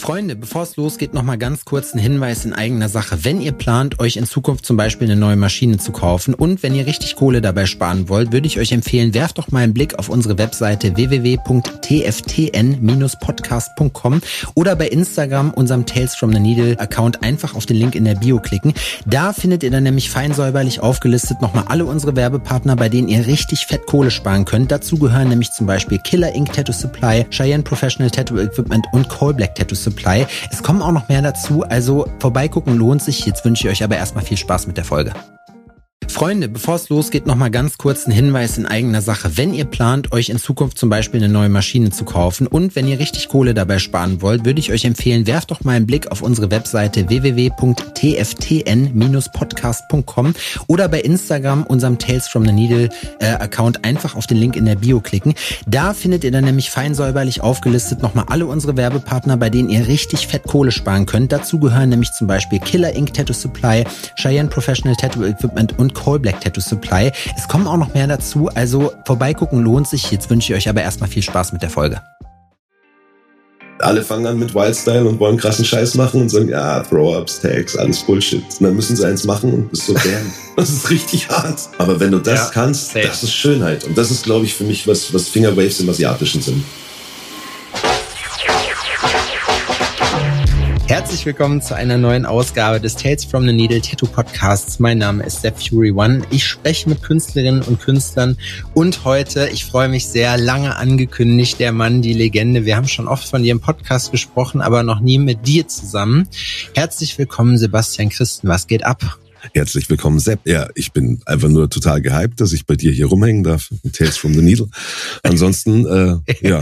Freunde, bevor es losgeht, nochmal ganz kurz ein Hinweis in eigener Sache. Wenn ihr plant, euch in Zukunft zum Beispiel eine neue Maschine zu kaufen und wenn ihr richtig Kohle dabei sparen wollt, würde ich euch empfehlen, werft doch mal einen Blick auf unsere Webseite www.tftn-podcast.com oder bei Instagram, unserem Tales from the Needle Account, einfach auf den Link in der Bio klicken. Da findet ihr dann nämlich fein säuberlich aufgelistet nochmal alle unsere Werbepartner, bei denen ihr richtig fett Kohle sparen könnt. Dazu gehören nämlich zum Beispiel Killer Ink Tattoo Supply, Cheyenne Professional Tattoo Equipment und Coal Black Tattoo Supply. Es kommen auch noch mehr dazu, also vorbeigucken lohnt sich. Jetzt wünsche ich euch aber erstmal viel Spaß mit der Folge. Freunde, bevor es losgeht, nochmal ganz kurz ein Hinweis in eigener Sache. Wenn ihr plant, euch in Zukunft zum Beispiel eine neue Maschine zu kaufen und wenn ihr richtig Kohle dabei sparen wollt, würde ich euch empfehlen, werft doch mal einen Blick auf unsere Webseite www.tftn-podcast.com oder bei Instagram, unserem Tales from the Needle Account, einfach auf den Link in der Bio klicken. Da findet ihr dann nämlich fein säuberlich aufgelistet nochmal alle unsere Werbepartner, bei denen ihr richtig fett Kohle sparen könnt. Dazu gehören nämlich zum Beispiel Killer Ink Tattoo Supply, Cheyenne Professional Tattoo Equipment und Coal Black Tattoo Supply. Es kommen auch noch mehr dazu, also vorbeigucken lohnt sich. Jetzt wünsche ich euch aber erstmal viel Spaß mit der Folge. Alle fangen an mit Wildstyle und wollen krassen Scheiß machen und sagen, ja, Throw-Ups, Tags, alles Bullshit. Und dann müssen sie eins machen und bist so, damn, das ist richtig hart. Aber wenn du das kannst, safe. Das ist Schönheit. Und das ist, glaube ich, für mich, was Fingerwaves im Asiatischen sind. Herzlich willkommen zu einer neuen Ausgabe des Tales from the Needle Tattoo Podcasts. Mein Name ist Sepp Fury One. Ich spreche mit Künstlerinnen und Künstlern und heute, ich freue mich sehr, lange angekündigt, der Mann, die Legende. Wir haben schon oft von dir im Podcast gesprochen, aber noch nie mit dir zusammen. Herzlich willkommen, Sebastian Christen. Was geht ab? Herzlich willkommen, Sepp. Ja, ich bin einfach nur total gehypt, dass ich bei dir hier rumhängen darf. Tales from the Needle. Ansonsten, ja.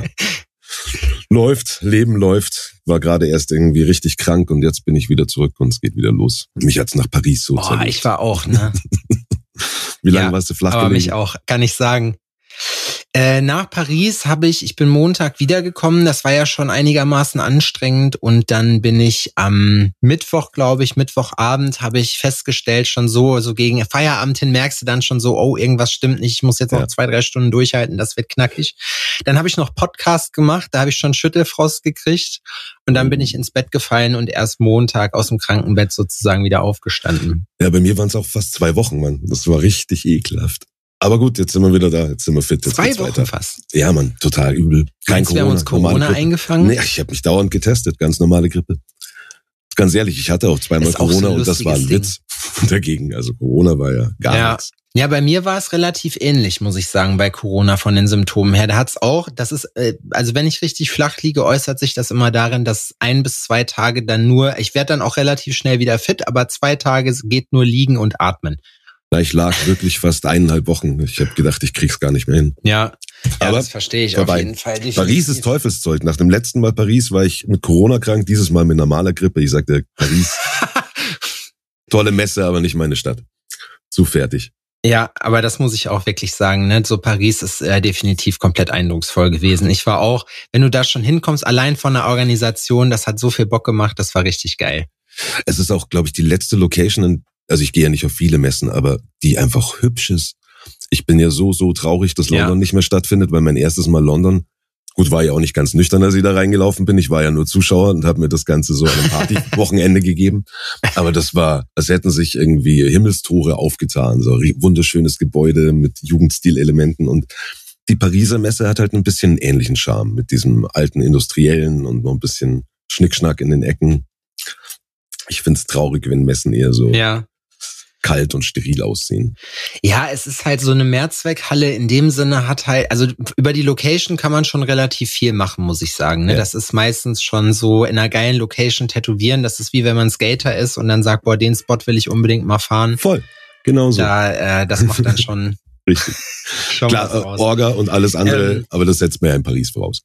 Leben läuft, war gerade erst irgendwie richtig krank und jetzt bin ich wieder zurück und es geht wieder los. Mich hat's nach Paris so zerlegt. Ich war auch, ne? Wie lange warst du flach gelegen? Aber mich auch, kann ich sagen. Nach Paris ich bin Montag wiedergekommen, das war ja schon einigermaßen anstrengend und dann bin ich am Mittwochabend habe ich festgestellt, schon so gegen Feierabend hin merkst du dann schon so, oh, irgendwas stimmt nicht, ich muss jetzt noch 2-3 Stunden durchhalten, das wird knackig. Dann habe ich noch Podcast gemacht, da habe ich schon Schüttelfrost gekriegt und dann bin ich ins Bett gefallen und erst Montag aus dem Krankenbett sozusagen wieder aufgestanden. Ja, bei mir waren es auch fast 2 Wochen, Mann. Das war richtig ekelhaft. Aber gut, jetzt sind wir wieder da, jetzt sind wir fit. Jetzt 2 Wochen weiter. Fast. Ja, Mann, total übel. Kein Corona. Wir haben uns Corona eingefangen? Nee, ich habe mich dauernd getestet, ganz normale Grippe. Ganz ehrlich, ich hatte auch 2-mal Corona und das war ein Witz dagegen. Also Corona war ja gar nichts. Ja, bei mir war es relativ ähnlich, muss ich sagen, bei Corona von den Symptomen her. Da hat's auch, also wenn ich richtig flach liege, äußert sich das immer darin, dass 1 bis 2 Tage dann nur, ich werde dann auch relativ schnell wieder fit, aber 2 Tage geht nur liegen und atmen. Ich lag wirklich fast 1,5 Wochen. Ich habe gedacht, ich krieg's gar nicht mehr hin. Ja, aber das verstehe ich auf jeden Fall. Paris ist Teufelszeug. Nach dem letzten Mal Paris war ich mit Corona krank, dieses Mal mit normaler Grippe. Ich sagte, Paris, tolle Messe, aber nicht meine Stadt. Zu fertig. Ja, aber das muss ich auch wirklich sagen, ne? So Paris ist definitiv komplett eindrucksvoll gewesen. Ich war auch, wenn du da schon hinkommst, allein von der Organisation, das hat so viel Bock gemacht, das war richtig geil. Es ist auch, glaube ich, die letzte Location, also ich gehe ja nicht auf viele Messen, aber die einfach hübsch ist. Ich bin ja so traurig, dass London nicht mehr stattfindet, weil mein erstes Mal London, gut, war ja auch nicht ganz nüchtern, als ich da reingelaufen bin. Ich war ja nur Zuschauer und habe mir das Ganze so an einem Partywochenende gegeben. Aber das war, als hätten sich irgendwie Himmelstore aufgetan. So wunderschönes Gebäude mit Jugendstilelementen. Und die Pariser Messe hat halt ein bisschen einen ähnlichen Charme mit diesem alten Industriellen und noch ein bisschen Schnickschnack in den Ecken. Ich find's traurig, wenn Messen eher so kalt und steril aussehen. Ja, es ist halt so eine Mehrzweckhalle in dem Sinne hat halt, also über die Location kann man schon relativ viel machen, muss ich sagen. Ne? Ja. Das ist meistens schon so in einer geilen Location tätowieren. Das ist wie wenn man Skater ist und dann sagt, boah, den Spot will ich unbedingt mal fahren. Voll, genau so. Das macht dann schon richtig. Schon klar, Orga und alles andere, aber das setzt man ja in Paris voraus.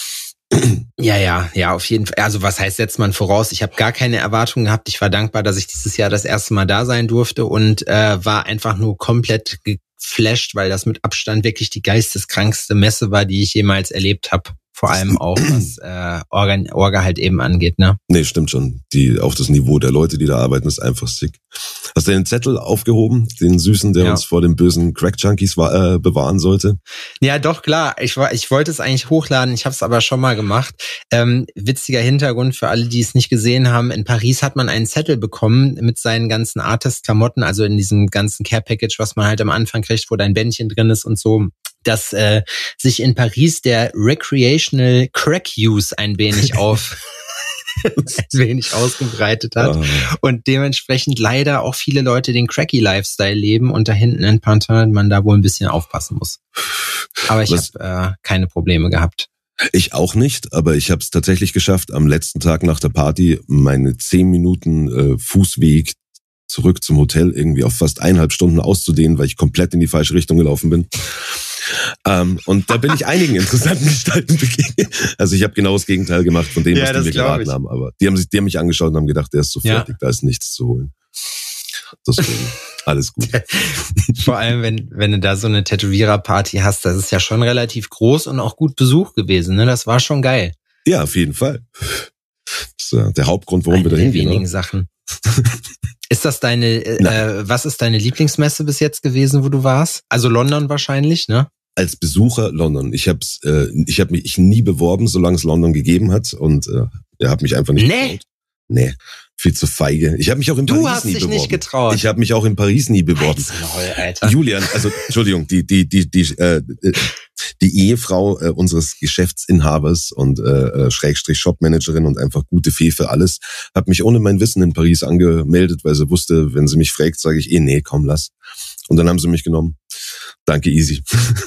Ja, auf jeden Fall. Also was heißt, setzt man voraus? Ich habe gar keine Erwartungen gehabt. Ich war dankbar, dass ich dieses Jahr das erste Mal da sein durfte und war einfach nur komplett geflasht, weil das mit Abstand wirklich die geisteskrankste Messe war, die ich jemals erlebt habe. Vor allem auch, was Orga halt eben angeht, ne? Nee, stimmt schon. Auch das Niveau der Leute, die da arbeiten, ist einfach sick. Hast du den Zettel aufgehoben, den süßen, der uns vor den bösen Crack-Junkies bewahren sollte? Ja, doch, klar. Ich wollte es eigentlich hochladen, ich habe es aber schon mal gemacht. Witziger Hintergrund für alle, die es nicht gesehen haben. In Paris hat man einen Zettel bekommen mit seinen ganzen Artist-Klamotten, also in diesem ganzen Care-Package, was man halt am Anfang kriegt, wo dein Bändchen drin ist und so, dass sich in Paris der Recreational Crack Use ein wenig ausgebreitet hat und dementsprechend leider auch viele Leute den Cracky Lifestyle leben und da hinten in Pantin man da wohl ein bisschen aufpassen muss. Aber ich habe keine Probleme gehabt. Ich auch nicht, aber ich habe es tatsächlich geschafft, am letzten Tag nach der Party meine 10 Minuten Fußweg zurück zum Hotel irgendwie auf fast 1,5 Stunden auszudehnen, weil ich komplett in die falsche Richtung gelaufen bin. Und da bin ich einigen interessanten Gestalten begegnet. Also ich habe genau das Gegenteil gemacht von dem, was die mir geraten haben. Aber die haben mich angeschaut und haben gedacht, der ist so fertig, da ist nichts zu holen. Deswegen, alles gut. Vor allem, wenn du da so eine Tätowierer-Party hast, das ist ja schon relativ groß und auch gut Besuch gewesen, ne? Das war schon geil. Ja, auf jeden Fall. Das ist der Hauptgrund, warum wir da hingehen. Wenigen Sachen. Ist das was ist deine Lieblingsmesse bis jetzt gewesen, wo du warst? Also London wahrscheinlich, ne? Als Besucher London. Ich habe mich nie beworben, solange es London gegeben hat und habe mich einfach nicht getraut. Nee, viel zu feige. Ich habe mich auch in Paris nie beworben. Du hast dich nicht getraut. Ich habe mich auch in Paris nie beworben. Alter. Julian, also Entschuldigung, die Ehefrau unseres Geschäftsinhabers und Schrägstrich Shopmanagerin und einfach gute Fee für alles, hat mich ohne mein Wissen in Paris angemeldet, weil sie wusste, wenn sie mich fragt, sage ich nee, komm, lass. Und dann haben sie mich genommen. Danke, easy.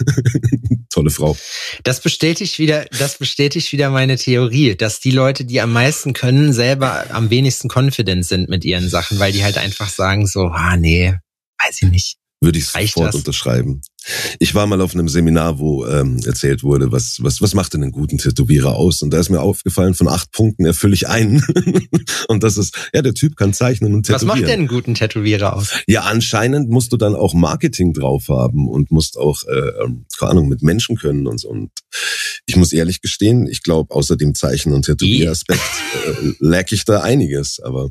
Tolle Frau. Das bestätigt wieder meine Theorie, dass die Leute, die am meisten können, selber am wenigsten confident sind mit ihren Sachen, weil die halt einfach sagen so, nee, weiß ich nicht. Würde ich sofort unterschreiben. Ich war mal auf einem Seminar, wo erzählt wurde, was macht denn einen guten Tätowierer aus? Und da ist mir aufgefallen, von 8 Punkten erfülle ich einen. Und das ist, der Typ kann zeichnen und tätowieren. Was macht denn einen guten Tätowierer aus? Ja, anscheinend musst du dann auch Marketing drauf haben und musst auch, keine Ahnung, mit Menschen können und so. Und ich muss ehrlich gestehen, ich glaube, außer dem Zeichen- und Tätowieraspekt lack ich da einiges. Aber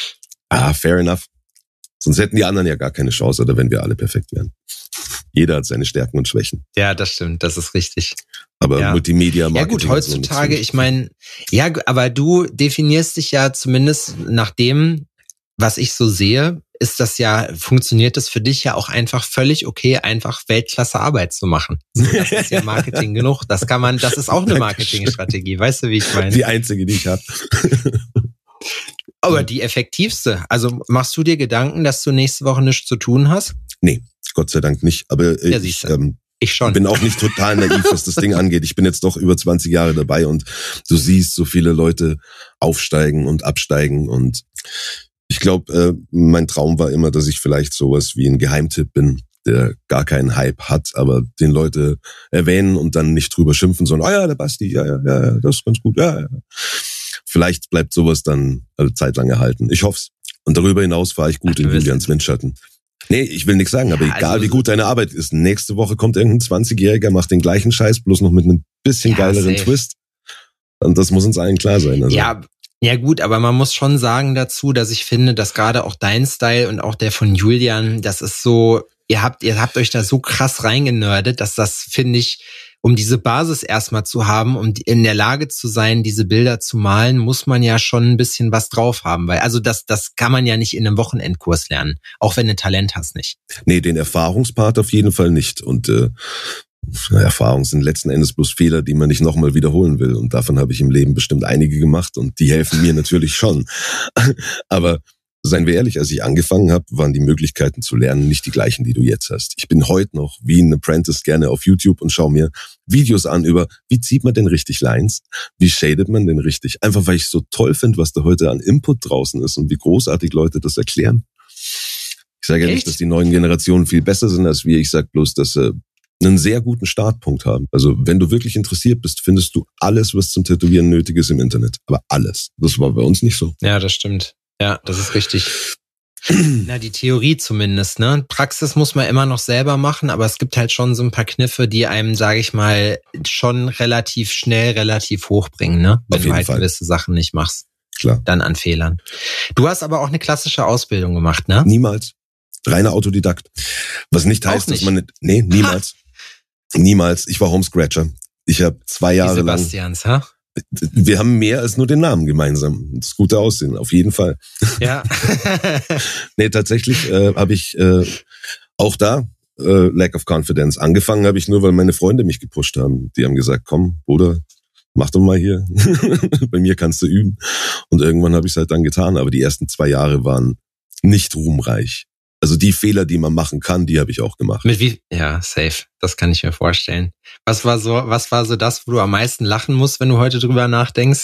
fair enough. Sonst hätten die anderen ja gar keine Chance, oder wenn wir alle perfekt wären. Jeder hat seine Stärken und Schwächen. Ja, das stimmt, das ist richtig. Aber Multimedia, Marketing. Ja gut, heutzutage, ich meine, ja, aber du definierst dich ja zumindest nach dem, was ich so sehe, funktioniert das für dich ja auch einfach völlig okay, einfach Weltklasse Arbeit zu machen. So, das ist ja Marketing genug. Das ist auch eine Marketingstrategie, weißt du, wie ich meine? Die einzige, die ich habe. Aber die effektivste. Also machst du dir Gedanken, dass du nächste Woche nichts zu tun hast? Nee, Gott sei Dank nicht. Aber ich schon. Bin auch nicht total naiv, was das Ding angeht. Ich bin jetzt doch über 20 Jahre dabei und du siehst so viele Leute aufsteigen und absteigen. Und ich glaube, mein Traum war immer, dass ich vielleicht sowas wie ein Geheimtipp bin, der gar keinen Hype hat, aber den Leute erwähnen und dann nicht drüber schimpfen, sondern, ja, der Basti, ja, das ist ganz gut, ja. Vielleicht bleibt sowas dann eine Zeit lang erhalten. Ich hoff's. Und darüber hinaus fahre ich gut in Julians Windschatten. Nee, ich will nichts sagen, aber egal wie gut deine Arbeit ist, nächste Woche kommt irgendein 20-Jähriger, macht den gleichen Scheiß, bloß noch mit einem bisschen geileren Twist. Und das muss uns allen klar sein. Also. Ja gut, aber man muss schon sagen dazu, dass ich finde, dass gerade auch dein Style und auch der von Julian, das ist so, ihr habt euch da so krass reingenördet, dass das, finde ich, um diese Basis erstmal zu haben, um in der Lage zu sein, diese Bilder zu malen, muss man ja schon ein bisschen was drauf haben, weil also das kann man ja nicht in einem Wochenendkurs lernen, auch wenn du Talent hast, nicht. Nee, den Erfahrungspart auf jeden Fall nicht und Erfahrungen sind letzten Endes bloß Fehler, die man nicht nochmal wiederholen will und davon habe ich im Leben bestimmt einige gemacht und die helfen mir natürlich schon, aber seien wir ehrlich, als ich angefangen habe, waren die Möglichkeiten zu lernen nicht die gleichen, die du jetzt hast. Ich bin heute noch wie ein Apprentice gerne auf YouTube und schaue mir Videos an über, wie zieht man denn richtig Lines, wie shadet man denn richtig. Einfach weil ich so toll finde, was da heute an Input draußen ist und wie großartig Leute das erklären. Ich sage ja nicht, dass die neuen Generationen viel besser sind als wir. Ich sage bloß, dass sie einen sehr guten Startpunkt haben. Also wenn du wirklich interessiert bist, findest du alles, was zum Tätowieren nötig ist im Internet. Aber alles. Das war bei uns nicht so. Ja, das stimmt. Ja, das ist richtig. Na, die Theorie zumindest, ne? Praxis muss man immer noch selber machen, aber es gibt halt schon so ein paar Kniffe, die einem, sage ich mal, schon relativ schnell, relativ hoch bringen, ne? Wenn du halt gewisse Sachen nicht machst. Klar. Dann an Fehlern. Du hast aber auch eine klassische Ausbildung gemacht, ne? Niemals. Reiner Autodidakt. Was nicht heißt, dass man nicht... Nee, niemals. Niemals. Ich war Homescratcher. Ich habe 2 Jahre lang... Sebastians, ha? Wir haben mehr als nur den Namen gemeinsam. Das gute Aussehen, auf jeden Fall. Ja. Nee, tatsächlich habe ich auch da Lack of Confidence. Angefangen habe ich nur, weil meine Freunde mich gepusht haben. Die haben gesagt, komm, Bruder, mach doch mal hier. Bei mir kannst du üben. Und irgendwann habe ich es halt dann getan. Aber die ersten 2 Jahre waren nicht ruhmreich. Also die Fehler, die man machen kann, die habe ich auch gemacht. Mit wie? Ja, safe. Das kann ich mir vorstellen. Was war so das, wo du am meisten lachen musst, wenn du heute drüber nachdenkst?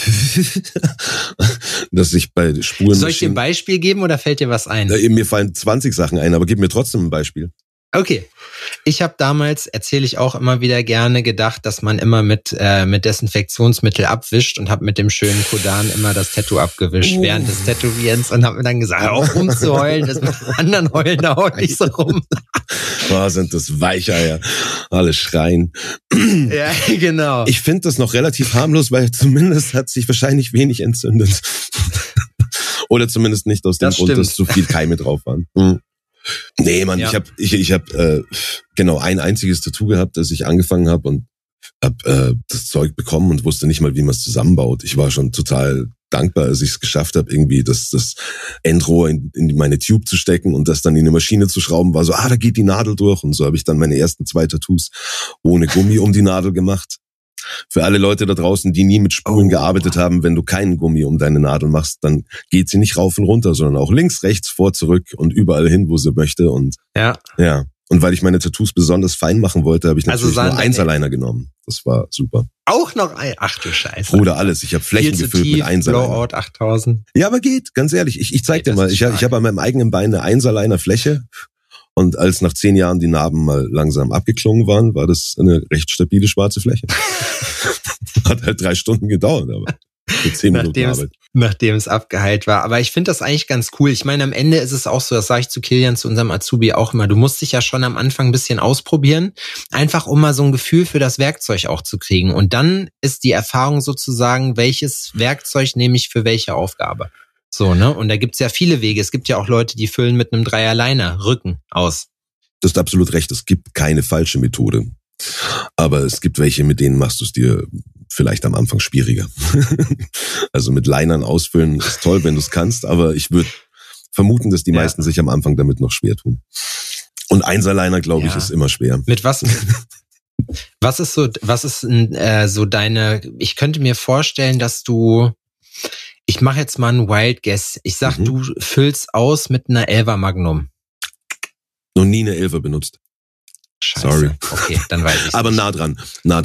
Dass ich bei Spuren... Soll ich dir ein Beispiel geben oder fällt dir was ein? Mir fallen 20 Sachen ein, aber gib mir trotzdem ein Beispiel. Okay. Ich habe damals, erzähle ich auch immer wieder gerne, gedacht, dass man immer mit Desinfektionsmittel abwischt und habe mit dem schönen Kodan immer das Tattoo abgewischt während des Tätowierens und habe mir dann gesagt, hör auf rumzuheulen, das mit anderen heulen da auch nicht so rum. Boah, sind das Weicheier. Alle schreien. Ja, genau. Ich finde das noch relativ harmlos, weil zumindest hat sich wahrscheinlich wenig entzündet. Oder zumindest nicht aus dem Grund, dass zu viel Keime drauf waren. Nee, Mann, ja. ich hab genau ein einziges Tattoo gehabt, das ich angefangen habe und hab das Zeug bekommen und wusste nicht mal, wie man es zusammenbaut. Ich war schon total dankbar, als ich es geschafft habe, irgendwie das Endrohr in meine Tube zu stecken und das dann in eine Maschine zu schrauben, war so, da geht die Nadel durch. Und so habe ich dann meine ersten 2 Tattoos ohne Gummi um die Nadel gemacht. Für alle Leute da draußen, die nie mit Spulen gearbeitet haben, wenn du keinen Gummi um deine Nadel machst, dann geht sie nicht rauf und runter, sondern auch links, rechts, vor, zurück und überall hin, wo sie möchte. Und ja. Und weil ich meine Tattoos besonders fein machen wollte, habe ich natürlich nur 1er-Liner genommen. Das war super. Auch noch ein? Ach du Scheiße. Bruder, alles. Ich habe Flächen gefüllt mit 1er-Liner. Blowout 8000. Ja, aber geht, ganz ehrlich. Ich zeig dir mal. Ich habe an meinem eigenen Bein eine 1er-Liner Fläche. Und als nach 10 Jahren die Narben mal langsam abgeklungen waren, war das eine recht stabile schwarze Fläche. Hat halt 3 Stunden gedauert, aber für 10 Minuten Arbeit. Nachdem es abgeheilt war. Aber ich finde das eigentlich ganz cool. Ich meine, am Ende ist es auch so, das sage ich zu Kilian, zu unserem Azubi auch immer, du musst dich ja schon am Anfang ein bisschen ausprobieren, einfach um mal so ein Gefühl für das Werkzeug auch zu kriegen. Und dann ist die Erfahrung sozusagen, welches Werkzeug nehme ich für welche Aufgabe. So, ne? Und da gibt's ja viele Wege. Es gibt ja auch Leute, die füllen mit einem 3er-Liner Rücken aus. Du hast absolut recht, es gibt keine falsche Methode. Aber es gibt welche, mit denen machst du es dir vielleicht am Anfang schwieriger. Also mit Linern ausfüllen ist toll, wenn du es kannst, aber ich würde vermuten, dass die meisten sich am Anfang damit noch schwer tun. Und 1er-Liner, glaube ich, ist immer schwer. Mit was? Was ist so deine, ich könnte mir vorstellen, dass du, ich mache jetzt mal einen Wild Guess. Ich sag, du füllst aus mit einer 11er Magnum. Noch nie eine 11er benutzt. Scheiße. Sorry. Okay, dann weiß ich. Aber nah dran.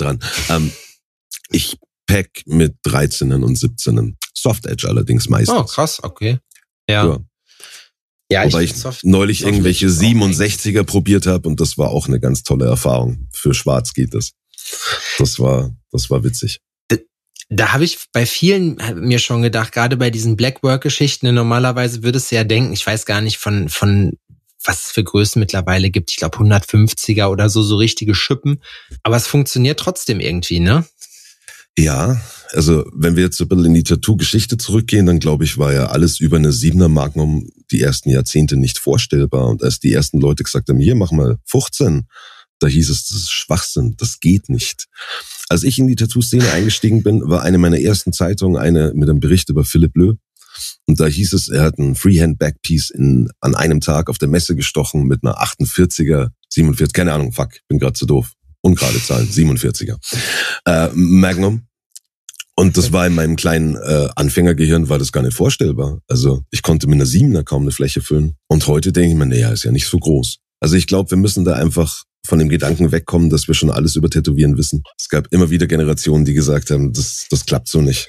Ich pack mit 13ern und 17ern. Soft Edge allerdings meistens. Oh, krass, okay. Ja. Wobei ich neulich irgendwelche 67er probiert habe und das war auch eine ganz tolle Erfahrung. Für Schwarz geht das. Das war witzig. Da habe ich bei vielen mir schon gedacht, gerade bei diesen Blackwork-Geschichten, normalerweise würdest du ja denken, ich weiß gar nicht von was es für Größen mittlerweile gibt, ich glaube 150er oder so richtige Schippen, aber es funktioniert trotzdem irgendwie, ne? Ja, also wenn wir jetzt so ein bisschen in die Tattoo-Geschichte zurückgehen, dann glaube ich, war ja alles über eine 7er Magnum die ersten Jahrzehnte nicht vorstellbar und als die ersten Leute gesagt haben, hier mach mal 15, da hieß es, das ist Schwachsinn, das geht nicht. Als ich in die Tattoo-Szene eingestiegen bin, war eine meiner ersten Zeitungen eine mit einem Bericht über Philipp Leu. Und da hieß es, er hat einen Freehand-Backpiece an einem Tag auf der Messe gestochen mit einer 48er, 47, keine Ahnung, bin gerade zu doof. Ungerade Zahlen, 47er. Magnum. Und das war in meinem kleinen Anfängergehirn, war das gar nicht vorstellbar. Also ich konnte mit einer 7er kaum eine Fläche füllen. Und heute denke ich mir, naja, ist ja nicht so groß. Also ich glaube, wir müssen da einfach von dem Gedanken wegkommen, dass wir schon alles über Tätowieren wissen. Es gab immer wieder Generationen, die gesagt haben, das klappt so nicht.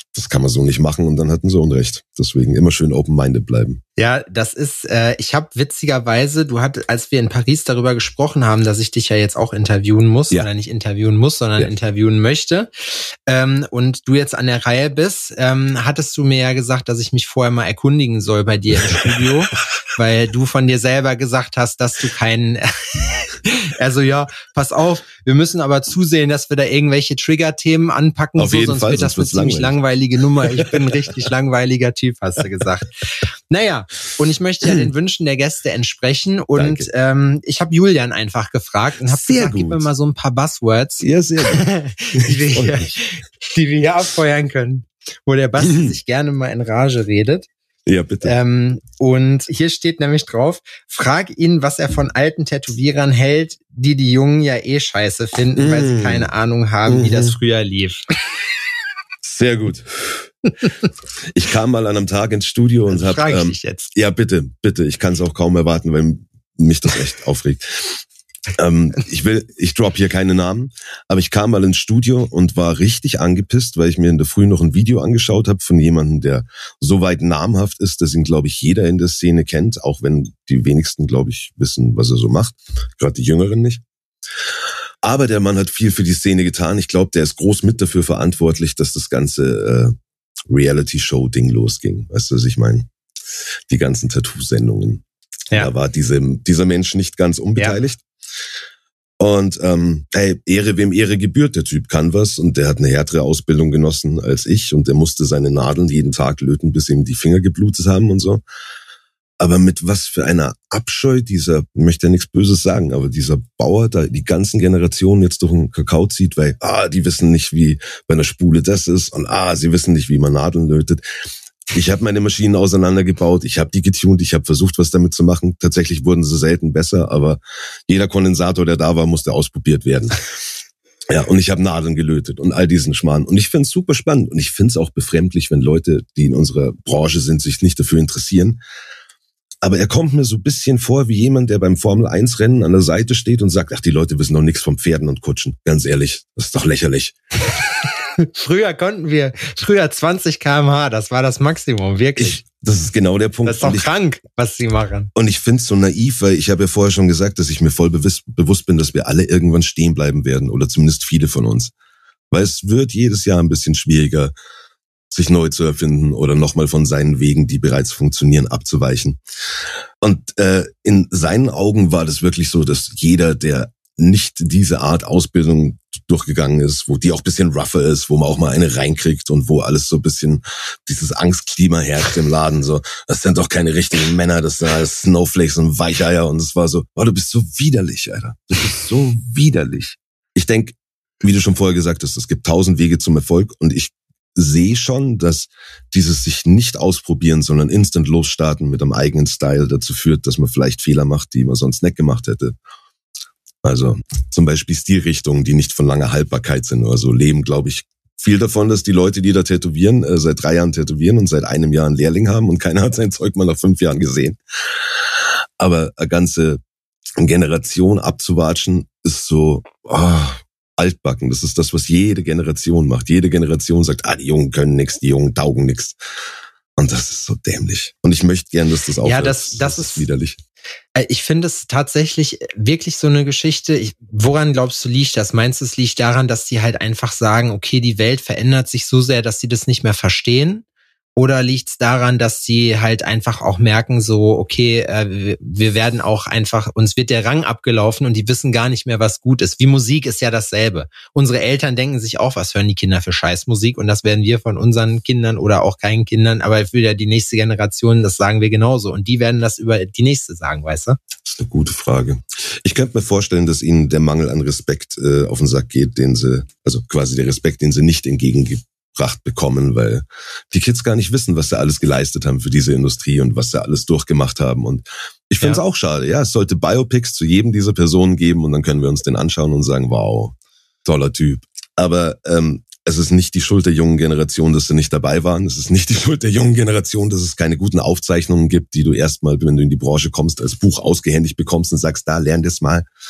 das kann man so nicht machen und dann hatten sie Unrecht. Deswegen immer schön open-minded bleiben. Ja, das ist, ich habe witzigerweise, als wir in Paris darüber gesprochen haben, dass ich dich ja jetzt auch interviewen muss, oder nicht interviewen muss, sondern interviewen möchte, und du jetzt an der Reihe bist, hattest du mir ja gesagt, dass ich mich vorher mal erkundigen soll bei dir im Studio, weil du von dir selber gesagt hast, dass du keinen, also ja, pass auf, wir müssen aber zusehen, dass wir da irgendwelche Trigger-Themen anpacken, auf jeden sonst Fall, wird das eine ziemlich langweilige Nummer. Ich bin ein richtig langweiliger Typ, hast du gesagt. Naja, und ich möchte ja den Wünschen der Gäste entsprechen und ich habe Julian einfach gefragt und habe gesagt, gib mir mal so ein paar Buzzwords, ja, sehr gut. die wir hier abfeuern können, wo der Basti sich gerne mal in Rage redet. Ja, bitte. Und hier steht nämlich drauf, frag ihn, was er von alten Tätowierern hält, die Jungen ja scheiße finden, weil sie keine Ahnung haben, wie das früher lief. Sehr gut. Ich kam mal an einem Tag ins Studio und habe... Frage ich dich jetzt. Ja, bitte. Ich kann es auch kaum erwarten, weil mich das echt aufregt. Ich drop hier keine Namen, aber ich kam mal ins Studio und war richtig angepisst, weil ich mir in der Früh noch ein Video angeschaut habe von jemandem, der so weit namhaft ist, dass ihn, glaube ich, jeder in der Szene kennt, auch wenn die wenigsten, glaube ich, wissen, was er so macht, gerade die Jüngeren nicht. Aber der Mann hat viel für die Szene getan. Ich glaube, der ist groß mit dafür verantwortlich, dass das ganze Reality-Show-Ding losging. Weißt du, was ich meine? Die ganzen Tattoo-Sendungen. Ja. Da war dieser Mensch nicht ganz unbeteiligt. Ja. Und Ehre wem Ehre gebührt, der Typ kann was und der hat eine härtere Ausbildung genossen als ich und der musste seine Nadeln jeden Tag löten, bis ihm die Finger geblutet haben und so. Aber mit was für einer Abscheu dieser, ich möchte ja nichts Böses sagen, aber dieser Bauer da die ganzen Generationen jetzt durch den Kakao zieht, weil die wissen nicht, wie bei einer Spule das ist und sie wissen nicht, wie man Nadeln lötet. Ich habe meine Maschinen auseinandergebaut, ich habe die getuned, ich habe versucht, was damit zu machen. Tatsächlich wurden sie selten besser, aber jeder Kondensator, der da war, musste ausprobiert werden. Ja, und ich habe Nadeln gelötet und all diesen Schmarrn. Und ich finde es super spannend und ich finde es auch befremdlich, wenn Leute, die in unserer Branche sind, sich nicht dafür interessieren. Aber er kommt mir so ein bisschen vor wie jemand, der beim Formel-1-Rennen an der Seite steht und sagt, die Leute wissen doch nichts von Pferden und Kutschen. Ganz ehrlich, das ist doch lächerlich. Früher 20 km/h, das war das Maximum, wirklich. Das ist genau der Punkt. Das ist doch krank, was sie machen. Und ich finde es so naiv, weil ich habe ja vorher schon gesagt, dass ich mir voll bewusst bin, dass wir alle irgendwann stehen bleiben werden oder zumindest viele von uns. Weil es wird jedes Jahr ein bisschen schwieriger, sich neu zu erfinden oder nochmal von seinen Wegen, die bereits funktionieren, abzuweichen. Und in seinen Augen war das wirklich so, dass jeder, der nicht diese Art Ausbildung durchgegangen ist, wo die auch ein bisschen rougher ist, wo man auch mal eine reinkriegt und wo alles so ein bisschen dieses Angstklima herrscht im Laden. So, das sind doch keine richtigen Männer, das sind alles Snowflakes und Weicheier. Und es war so, du bist so widerlich, Alter. Du bist so widerlich. Ich denke, wie du schon vorher gesagt hast, es gibt 1000 Wege zum Erfolg und ich sehe schon, dass dieses sich nicht ausprobieren, sondern instant losstarten mit einem eigenen Style dazu führt, dass man vielleicht Fehler macht, die man sonst nicht gemacht hätte. Also zum Beispiel Stilrichtungen, die nicht von langer Haltbarkeit sind oder so, leben, glaube ich, viel davon, dass die Leute, die da tätowieren, seit 3 Jahren tätowieren und seit einem Jahr einen Lehrling haben und keiner hat sein Zeug mal nach 5 Jahren gesehen. Aber eine ganze Generation abzuwatschen ist so altbacken. Das ist das, was jede Generation macht. Jede Generation sagt, die Jungen können nichts, die Jungen taugen nichts. Und das ist so dämlich. Und ich möchte gern, dass das aufhört. Ja, das ist widerlich. Ich finde es tatsächlich wirklich so eine Geschichte. Woran glaubst du, liegt das? Meinst du, es liegt daran, dass die halt einfach sagen, okay, die Welt verändert sich so sehr, dass sie das nicht mehr verstehen? Oder liegt es daran, dass sie halt einfach auch merken, so, okay, wir werden auch einfach, uns wird der Rang abgelaufen und die wissen gar nicht mehr, was gut ist. Wie Musik ist ja dasselbe. Unsere Eltern denken sich auch, was hören die Kinder für Scheißmusik? Und das werden wir von unseren Kindern oder auch keinen Kindern, aber für die nächste Generation, das sagen wir genauso. Und die werden das über die nächste sagen, weißt du? Das ist eine gute Frage. Ich könnte mir vorstellen, dass ihnen der Mangel an Respekt auf den Sack geht, also quasi der Respekt, den sie nicht entgegengebracht bekommen, weil die Kids gar nicht wissen, was sie alles geleistet haben für diese Industrie und was sie alles durchgemacht haben. Und ich finde es auch schade. Ja, es sollte Biopics zu jedem dieser Personen geben und dann können wir uns den anschauen und sagen, wow, toller Typ. Aber es ist nicht die Schuld der jungen Generation, dass sie nicht dabei waren. Es ist nicht die Schuld der jungen Generation, dass es keine guten Aufzeichnungen gibt, die du erstmal, wenn du in die Branche kommst, als Buch ausgehändigt bekommst und sagst, da, lern das mal.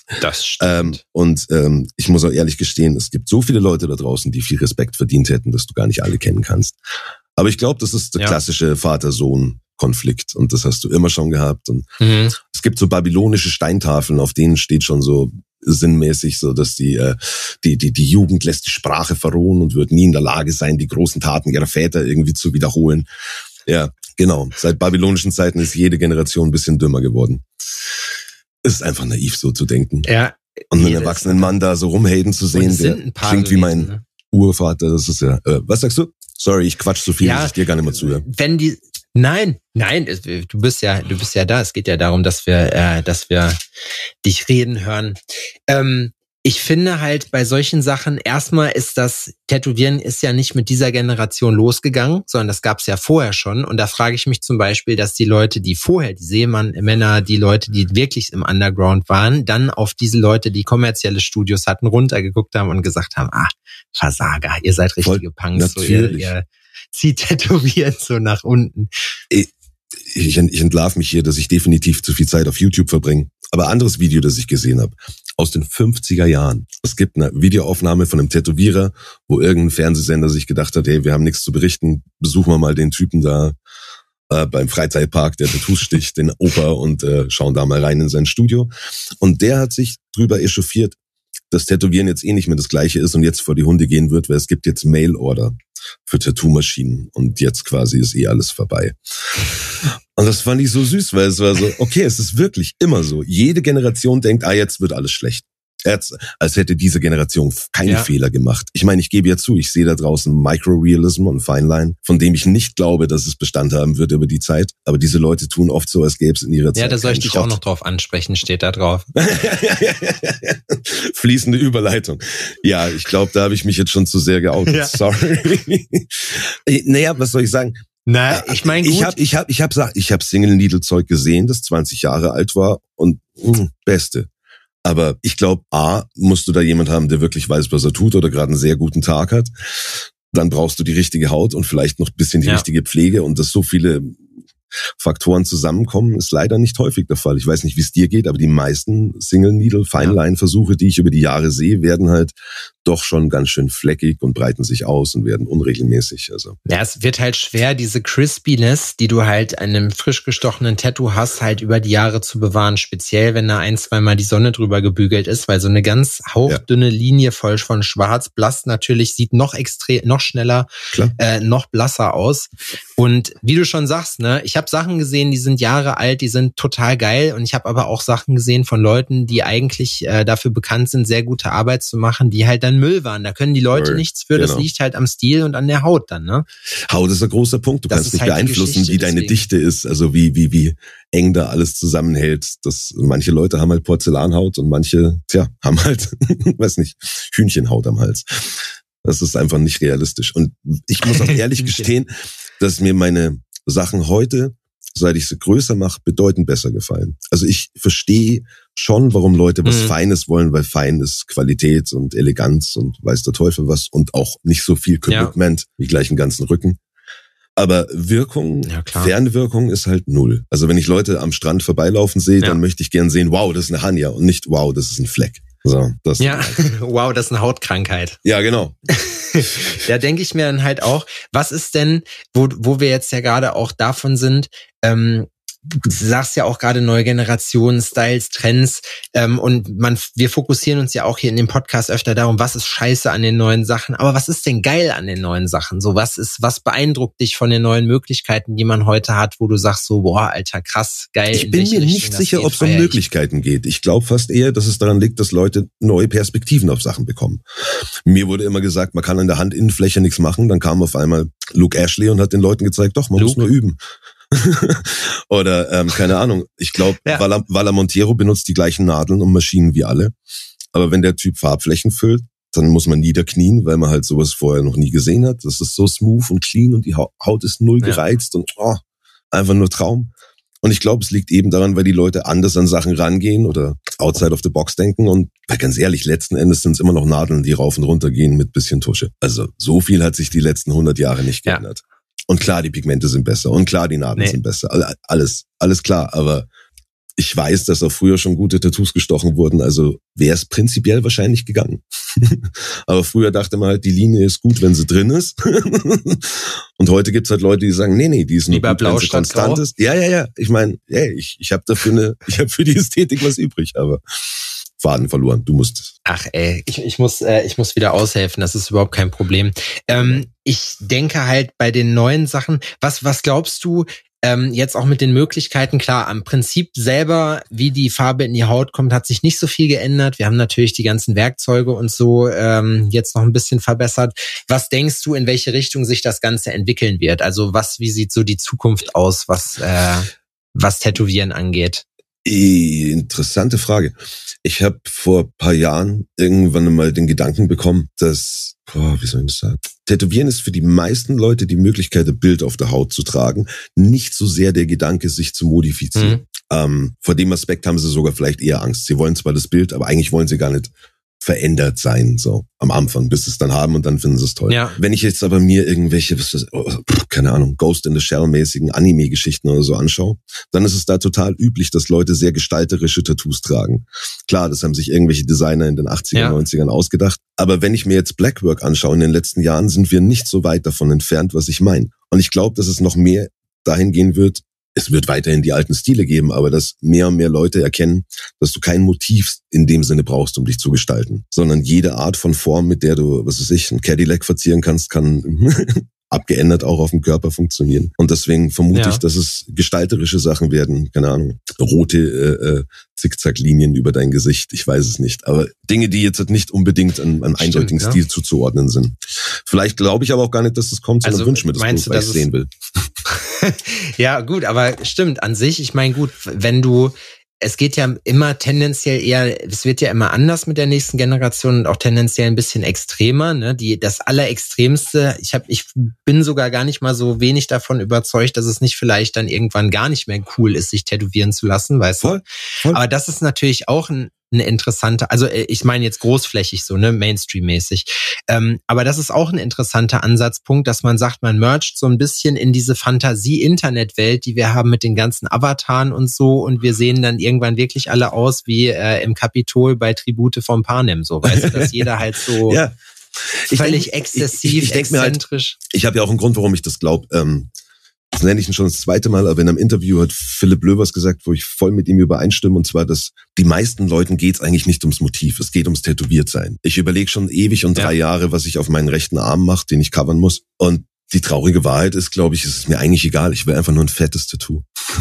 Das stimmt. Ich muss auch ehrlich gestehen, es gibt so viele Leute da draußen, die viel Respekt verdient hätten, dass du gar nicht alle kennen kannst. Aber ich glaube, das ist der klassische Vater-Sohn-Konflikt und das hast du immer schon gehabt. Und es gibt so babylonische Steintafeln, auf denen steht schon so sinnmäßig so, dass die Jugend lässt die Sprache verrohen und wird nie in der Lage sein, die großen Taten ihrer Väter irgendwie zu wiederholen. Ja, genau. Seit babylonischen Zeiten ist jede Generation ein bisschen dümmer geworden. Es ist einfach naiv, so zu denken. Ja. Und einen erwachsenen Mann da so rumhaten zu sehen, der klingt wie mein Urvater. Das ist ja. Was sagst du? Sorry, ich quatsch so viel, dass ich dir gar nicht mehr zuhöre. Nein, du bist ja da. Es geht ja darum, dass wir dich reden hören. Ich finde halt bei solchen Sachen, erstmal ist das Tätowieren ist ja nicht mit dieser Generation losgegangen, sondern das gab's ja vorher schon. Und da frage ich mich zum Beispiel, dass die Leute, die vorher, die Seemänner, die Leute, die wirklich im Underground waren, dann auf diese Leute, die kommerzielle Studios hatten, runtergeguckt haben und gesagt haben, Versager, ihr seid richtige Punks, so ihr zieht Tätowieren so nach unten. Ich entlarv mich hier, dass ich definitiv zu viel Zeit auf YouTube verbringe. Aber anderes Video, das ich gesehen habe, aus den 50er Jahren. Es gibt eine Videoaufnahme von einem Tätowierer, wo irgendein Fernsehsender sich gedacht hat, hey, wir haben nichts zu berichten, besuchen wir mal den Typen da beim Freizeitpark, der Tattoos sticht, den Opa und schauen da mal rein in sein Studio. Und der hat sich drüber echauffiert, dass Tätowieren jetzt nicht mehr das Gleiche ist und jetzt vor die Hunde gehen wird, weil es gibt jetzt Mail-Order für Tattoo-Maschinen und jetzt quasi ist alles vorbei. Und das fand ich so süß, weil es war so, okay, es ist wirklich immer so. Jede Generation denkt, jetzt wird alles schlecht. Als hätte diese Generation keine Fehler gemacht. Ich meine, ich gebe ja zu, ich sehe da draußen Microrealism und Fineline, von dem ich nicht glaube, dass es Bestand haben wird über die Zeit. Aber diese Leute tun oft so, als gäbe es in ihrer Zeit. Ja, da soll ich dich auch noch drauf ansprechen, steht da drauf. Fließende Überleitung. Ja, ich glaube, da habe ich mich jetzt schon zu sehr geoutet. Ja. Sorry. Naja, was soll ich sagen? Ich meine, ich hab Single-Needle-Zeug gesehen, das 20 Jahre alt war und Beste. Aber ich glaube, musst du da jemand haben, der wirklich weiß, was er tut oder gerade einen sehr guten Tag hat. Dann brauchst du die richtige Haut und vielleicht noch ein bisschen die richtige Pflege. Und dass so viele Faktoren zusammenkommen, ist leider nicht häufig der Fall. Ich weiß nicht, wie es dir geht, aber die meisten Single-Needle-Feinline-Versuche, die ich über die Jahre sehe, werden halt doch schon ganz schön fleckig und breiten sich aus und werden unregelmäßig. Also. Ja, es wird halt schwer, diese Crispiness, die du halt an einem frisch gestochenen Tattoo hast, halt über die Jahre zu bewahren. Speziell, wenn da 1-2 Mal die Sonne drüber gebügelt ist, weil so eine ganz hauchdünne Linie voll von schwarz, blass natürlich, sieht noch schneller, noch blasser aus. Und wie du schon sagst, ne, ich habe Sachen gesehen, die sind Jahre alt, die sind total geil. Und ich habe aber auch Sachen gesehen von Leuten, die eigentlich dafür bekannt sind, sehr gute Arbeit zu machen, die halt dann Müll waren. Da können die Leute nichts für. Das liegt halt am Stil und an der Haut dann, ne? Haut ist ein großer Punkt. Du kannst nicht halt beeinflussen, wie deine Dichte ist, also wie eng da alles zusammenhält. Manche Leute haben halt Porzellanhaut und manche, haben halt, weiß nicht, Hühnchenhaut am Hals. Das ist einfach nicht realistisch. Und ich muss auch ehrlich gestehen, dass mir meine Sachen heute, seit ich sie größer mache, bedeutend besser gefallen. Also ich verstehe schon, warum Leute was Feines wollen, weil fein ist Qualität und Eleganz und weiß der Teufel was und auch nicht so viel Commitment wie gleich einen ganzen Rücken. Aber Wirkung, Fernwirkung ist halt 0. Also wenn ich Leute am Strand vorbeilaufen sehe, dann möchte ich gern sehen, wow, das ist eine Hanja und nicht, wow, das ist ein Fleck. So, wow, das ist eine Hautkrankheit. Ja, genau. Da denke ich mir dann halt auch, was ist denn, wo wir jetzt ja gerade auch davon sind, du sagst ja auch gerade neue Generationen, Styles, Trends, und wir fokussieren uns ja auch hier in dem Podcast öfter darum, was ist scheiße an den neuen Sachen, aber was ist denn geil an den neuen Sachen? So, was beeindruckt dich von den neuen Möglichkeiten, die man heute hat, wo du sagst so, boah, Alter, krass, geil. Ich bin mir nicht sicher, ob es um Möglichkeiten geht. Ich glaube fast eher, dass es daran liegt, dass Leute neue Perspektiven auf Sachen bekommen. Mir wurde immer gesagt, man kann an der Handinnenfläche nichts machen, dann kam auf einmal Luke Ashley und hat den Leuten gezeigt, doch, man muss nur üben. Oder keine Ahnung, ich glaube, Vala Montero benutzt die gleichen Nadeln und Maschinen wie alle. Aber wenn der Typ Farbflächen füllt, dann muss man niederknien, weil man halt sowas vorher noch nie gesehen hat. Das ist so smooth und clean und die Haut ist null gereizt und einfach nur Traum. Und ich glaube, es liegt eben daran, weil die Leute anders an Sachen rangehen oder outside of the box denken. Und ganz ehrlich, letzten Endes sind es immer noch Nadeln, die rauf und runter gehen mit bisschen Tusche. Also so viel hat sich die letzten 100 Jahre nicht geändert. Und klar, die Pigmente sind besser und klar, die Nadeln sind besser. Alles klar, aber Ich weiß, dass auch früher schon gute Tattoos gestochen wurden, also wäre es prinzipiell wahrscheinlich gegangen. Aber früher dachte man halt, die Linie ist gut, wenn sie drin ist. Und heute gibt's halt Leute, die sagen, nee, die ist nur gut, wenn sie konstant ist. Ja. Ich meine, ich habe für die Ästhetik was übrig, aber Faden verloren, du musst. Ach ich muss wieder aushelfen, das ist überhaupt kein Problem. Ich denke halt bei den neuen Sachen, was glaubst du, jetzt auch mit den Möglichkeiten, klar, am Prinzip selber, wie die Farbe in die Haut kommt, hat sich nicht so viel geändert. Wir haben natürlich die ganzen Werkzeuge und so jetzt noch ein bisschen verbessert. Was denkst du, in welche Richtung sich das Ganze entwickeln wird? Also wie sieht so die Zukunft aus, was Tätowieren angeht? Interessante Frage. Ich habe vor ein paar Jahren irgendwann mal den Gedanken bekommen, dass, wie soll ich das sagen? Tätowieren ist für die meisten Leute die Möglichkeit, ein Bild auf der Haut zu tragen. Nicht so sehr der Gedanke, sich zu modifizieren. Vor dem Aspekt haben sie sogar vielleicht eher Angst. Sie wollen zwar das Bild, aber eigentlich wollen sie gar nicht verändert sein, so am Anfang, bis sie es dann haben und dann finden sie es toll. Ja. Wenn ich jetzt aber mir irgendwelche, keine Ahnung, Ghost in the Shell-mäßigen Anime-Geschichten oder so anschaue, dann ist es da total üblich, dass Leute sehr gestalterische Tattoos tragen. Klar, das haben sich irgendwelche Designer in den 80er, 90ern ausgedacht. Aber wenn ich mir jetzt Blackwork anschaue, in den letzten Jahren sind wir nicht so weit davon entfernt, was ich meine. Und ich glaube, dass es noch mehr dahin gehen wird. Es wird weiterhin die alten Stile geben, aber dass mehr und mehr Leute erkennen, dass du kein Motiv in dem Sinne brauchst, um dich zu gestalten, sondern jede Art von Form, mit der du, ein Cadillac verzieren kannst, kann abgeändert auch auf dem Körper funktionieren. Und deswegen vermute ich, dass es gestalterische Sachen werden, keine Ahnung, rote Zickzacklinien über dein Gesicht, ich weiß es nicht. Aber Dinge, die jetzt nicht unbedingt an eindeutigen Stil zuzuordnen sind. Vielleicht glaube ich aber auch gar nicht, dass das kommt, sondern wünsche mir das bloß, weil ich sehen will. Ja, gut, aber stimmt, an sich, ich meine, gut, es geht ja immer tendenziell eher, es wird ja immer anders mit der nächsten Generation und auch tendenziell ein bisschen extremer, ne? Das Allerextremste, ich bin sogar gar nicht mal so wenig davon überzeugt, dass es nicht vielleicht dann irgendwann gar nicht mehr cool ist, sich tätowieren zu lassen, weißt du? Voll. Aber das ist natürlich auch eine interessante, also ich meine jetzt großflächig so, ne, Mainstream-mäßig. Aber das ist auch ein interessanter Ansatzpunkt, dass man sagt, man mergt so ein bisschen in diese Fantasie-Internet-Welt, die wir haben mit den ganzen Avataren und so, und wir sehen dann irgendwann wirklich alle aus wie im Kapitol bei Tribute vom Panem, so, weißt du, dass jeder halt so völlig exzessiv, exzentrisch. Halt, ich habe ja auch einen Grund, warum ich das glaube. Das nenne ich ihn schon das zweite Mal, aber in einem Interview hat Philipp Löwers gesagt, wo ich voll mit ihm übereinstimme, und zwar, dass die meisten Leuten geht's eigentlich nicht ums Motiv, es geht ums Tätowiertsein. Ich überlege schon ewig und 3 Jahre, was ich auf meinen rechten Arm mache, den ich covern muss, und die traurige Wahrheit ist, glaube ich, es ist mir eigentlich egal, ich will einfach nur ein fettes Tattoo.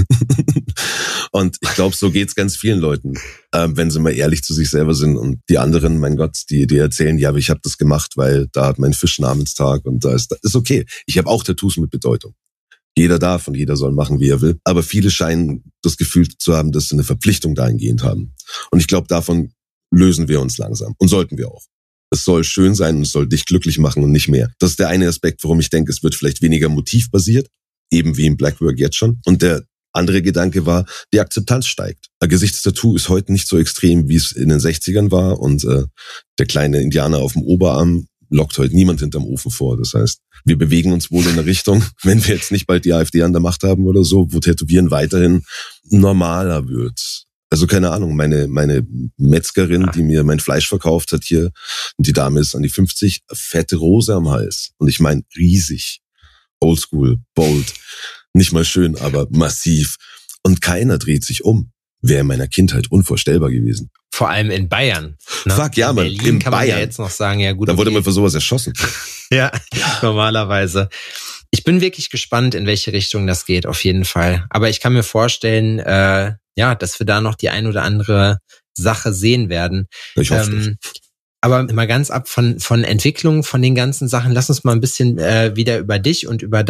Und ich glaube, so geht's ganz vielen Leuten, wenn sie mal ehrlich zu sich selber sind, und die anderen, mein Gott, die erzählen, ja, aber ich habe das gemacht, weil da hat mein Fisch Namenstag und da ist okay. Ich habe auch Tattoos mit Bedeutung. Jeder darf und jeder soll machen, wie er will. Aber viele scheinen das Gefühl zu haben, dass sie eine Verpflichtung dahingehend haben. Und ich glaube, davon lösen wir uns langsam. Und sollten wir auch. Es soll schön sein und es soll dich glücklich machen und nicht mehr. Das ist der eine Aspekt, warum ich denke, es wird vielleicht weniger motivbasiert. Eben wie im Blackwork jetzt schon. Und der andere Gedanke war, die Akzeptanz steigt. Ein Gesichtstattoo ist heute nicht so extrem, wie es in den 60ern war. Und der kleine Indianer auf dem Oberarm lockt heute niemand hinterm Ofen vor. Das heißt, wir bewegen uns wohl in eine Richtung, wenn wir jetzt nicht bald die AfD an der Macht haben oder so, wo Tätowieren weiterhin normaler wird. Also keine Ahnung, meine Metzgerin, die mir mein Fleisch verkauft hat hier, und die Dame ist an die 50, fette Rose am Hals. Und ich meine riesig, oldschool, bold, nicht mal schön, aber massiv. Und keiner dreht sich um. Wäre in meiner Kindheit unvorstellbar gewesen. Vor allem in Bayern. Ne? Fuck, ja, Mann. In kann Bayern. Man ja jetzt noch sagen, ja gut. Da wurde man für sowas erschossen. Ja, normalerweise. Ich bin wirklich gespannt, in welche Richtung das geht, auf jeden Fall. Aber ich kann mir vorstellen, dass wir da noch die ein oder andere Sache sehen werden. Ich hoffe aber mal ganz ab von Entwicklung, von den ganzen Sachen, lass uns mal ein bisschen wieder über dich und über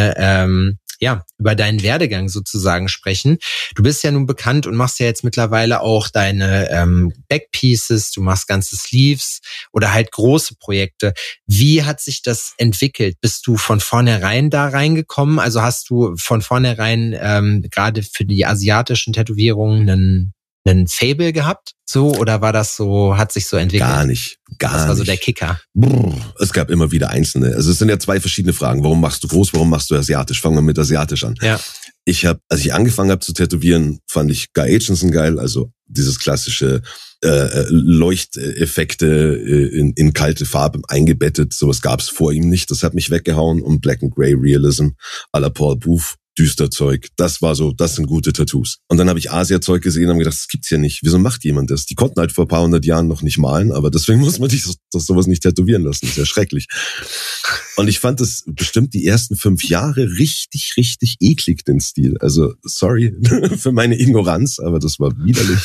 über deinen Werdegang sozusagen sprechen. Du bist ja nun bekannt und machst ja jetzt mittlerweile auch deine Backpieces, du machst ganze Sleeves oder halt große Projekte. Wie hat sich das entwickelt? Bist du von vornherein da reingekommen? Also hast du von vornherein gerade für die asiatischen Tätowierungen einen Fable gehabt? So, oder war das so, hat sich so entwickelt? Gar nicht. Das war so der Kicker. Es gab immer wieder einzelne. Also es sind ja 2 verschiedene Fragen. Warum machst du groß, warum machst du asiatisch? Fangen wir mit asiatisch an. Ja. als ich angefangen habe zu tätowieren, fand ich Guy Aitchison geil, also dieses klassische Leuchteffekte in kalte Farbe eingebettet, sowas gab's vor ihm nicht, das hat mich weggehauen, und Black and Grey Realism à la Paul Booth, düster Zeug, das sind gute Tattoos. Und dann habe ich Asia-Zeug gesehen und habe gedacht, das gibt's ja nicht, wieso macht jemand das? Die konnten halt vor ein paar hundert Jahren noch nicht malen, aber deswegen muss man sich sowas nicht tätowieren lassen, das ist ja schrecklich. Und ich fand das bestimmt die ersten 5 Jahre richtig, richtig eklig, den Stil. Also, sorry für meine Ignoranz, aber das war widerlich.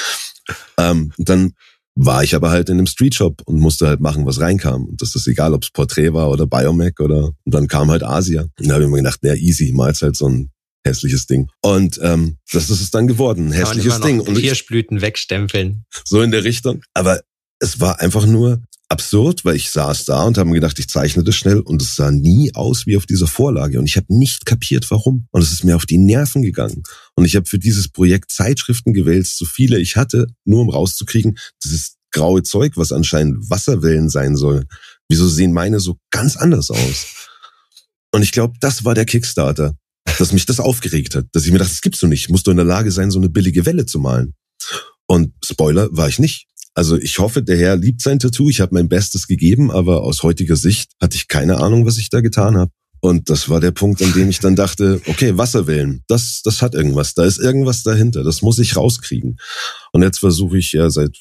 Und dann war ich aber halt in einem Streetshop und musste halt machen, was reinkam. Und das ist egal, ob es Porträt war oder Biomac und dann kam halt Asia. Und da habe ich mir gedacht, easy, mal's halt so ein hässliches Ding. Und das ist es dann geworden, ein hässliches Ding. Und Kirschblüten wegstempeln. So in der Richtung. Aber es war einfach nur absurd, weil ich saß da und habe mir gedacht, ich zeichne das schnell, und es sah nie aus wie auf dieser Vorlage, und ich habe nicht kapiert, warum. Und es ist mir auf die Nerven gegangen. Und ich habe für dieses Projekt Zeitschriften gewälzt, so viele ich hatte, nur um rauszukriegen, dieses graue Zeug, was anscheinend Wasserwellen sein soll. Wieso sehen meine so ganz anders aus? Und ich glaube, das war der Kickstarter, dass mich das aufgeregt hat, dass ich mir dachte, das gibt's doch nicht, musst du in der Lage sein, so eine billige Welle zu malen. Und Spoiler, war ich nicht. Also ich hoffe, der Herr liebt sein Tattoo. Ich habe mein Bestes gegeben, aber aus heutiger Sicht hatte ich keine Ahnung, was ich da getan habe. Und das war der Punkt, an dem ich dann dachte, okay, Wasserwellen, das hat irgendwas. Da ist irgendwas dahinter. Das muss ich rauskriegen. Und jetzt versuche ich ja seit,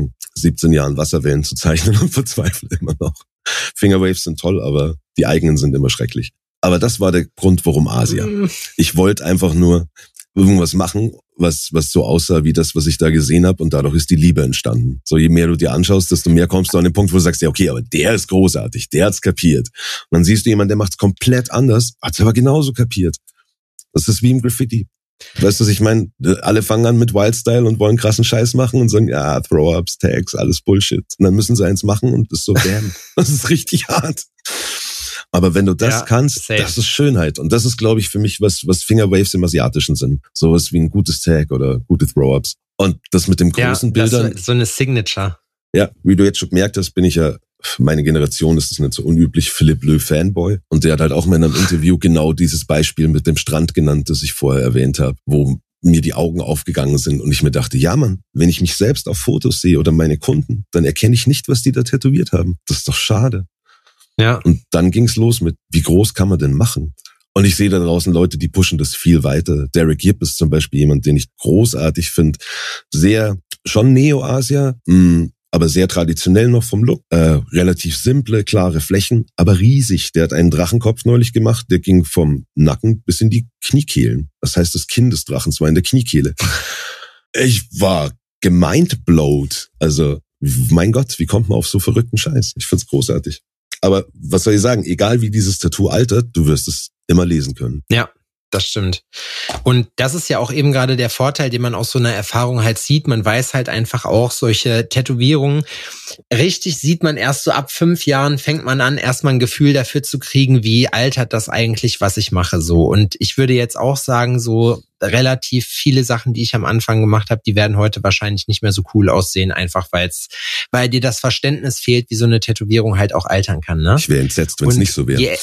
17 Jahren Wasserwellen zu zeichnen und verzweifle immer noch. Fingerwaves sind toll, aber die eigenen sind immer schrecklich. Aber das war der Grund, warum Asia. Ich wollte einfach nur irgendwas machen, was so aussah wie das, was ich da gesehen habe, und dadurch ist die Liebe entstanden. So, je mehr du dir anschaust, desto mehr kommst du an den Punkt, wo du sagst, ja okay, aber der ist großartig, der hat's kapiert. Und dann siehst du jemanden, der macht's komplett anders, hat's aber genauso kapiert. Das ist wie im Graffiti. Weißt du, was ich meine? Alle fangen an mit Wildstyle und wollen krassen Scheiß machen und sagen, ja, Throw-Ups, Tags, alles Bullshit. Und dann müssen sie eins machen und das ist so, damn, das ist richtig hart. Aber wenn du das kannst, safe. Das ist Schönheit. Und das ist, glaube ich, für mich, was Fingerwaves im Asiatischen sind. Sowas wie ein gutes Tag oder gute Throw-Ups. Und das mit dem großen Bildern. So eine Signature. Ja, wie du jetzt schon gemerkt hast, bin ich ja, meine Generation ist es nicht so unüblich, Philipp Löw Fanboy. Und der hat halt auch mal in einem Interview genau dieses Beispiel mit dem Strand genannt, das ich vorher erwähnt habe, wo mir die Augen aufgegangen sind und ich mir dachte, ja Mann, wenn ich mich selbst auf Fotos sehe oder meine Kunden, dann erkenne ich nicht, was die da tätowiert haben. Das ist doch schade. Ja. Und dann ging's los mit, wie groß kann man denn machen? Und ich sehe da draußen Leute, die pushen das viel weiter. Derek Yip ist zum Beispiel jemand, den ich großartig finde. Sehr, schon Neo-Asia, aber sehr traditionell noch vom Look. Relativ simple, klare Flächen, aber riesig. Der hat einen Drachenkopf neulich gemacht, der ging vom Nacken bis in die Kniekehlen. Das heißt, das Kinn des Drachens war in der Kniekehle. Ich war gemindblowed. Also, mein Gott, wie kommt man auf so verrückten Scheiß? Ich find's großartig. Aber was soll ich sagen? Egal wie dieses Tattoo altert, du wirst es immer lesen können. Ja, das stimmt. Und das ist ja auch eben gerade der Vorteil, den man aus so einer Erfahrung halt sieht. Man weiß halt einfach auch, solche Tätowierungen, richtig sieht man erst so ab 5 Jahren, fängt man an, erstmal ein Gefühl dafür zu kriegen, wie altert das eigentlich, was ich mache so. Und ich würde jetzt auch sagen, so relativ viele Sachen, die ich am Anfang gemacht habe, die werden heute wahrscheinlich nicht mehr so cool aussehen, einfach weil dir das Verständnis fehlt, wie so eine Tätowierung halt auch altern kann. Ne? Ich wäre entsetzt, wenn es nicht so wäre.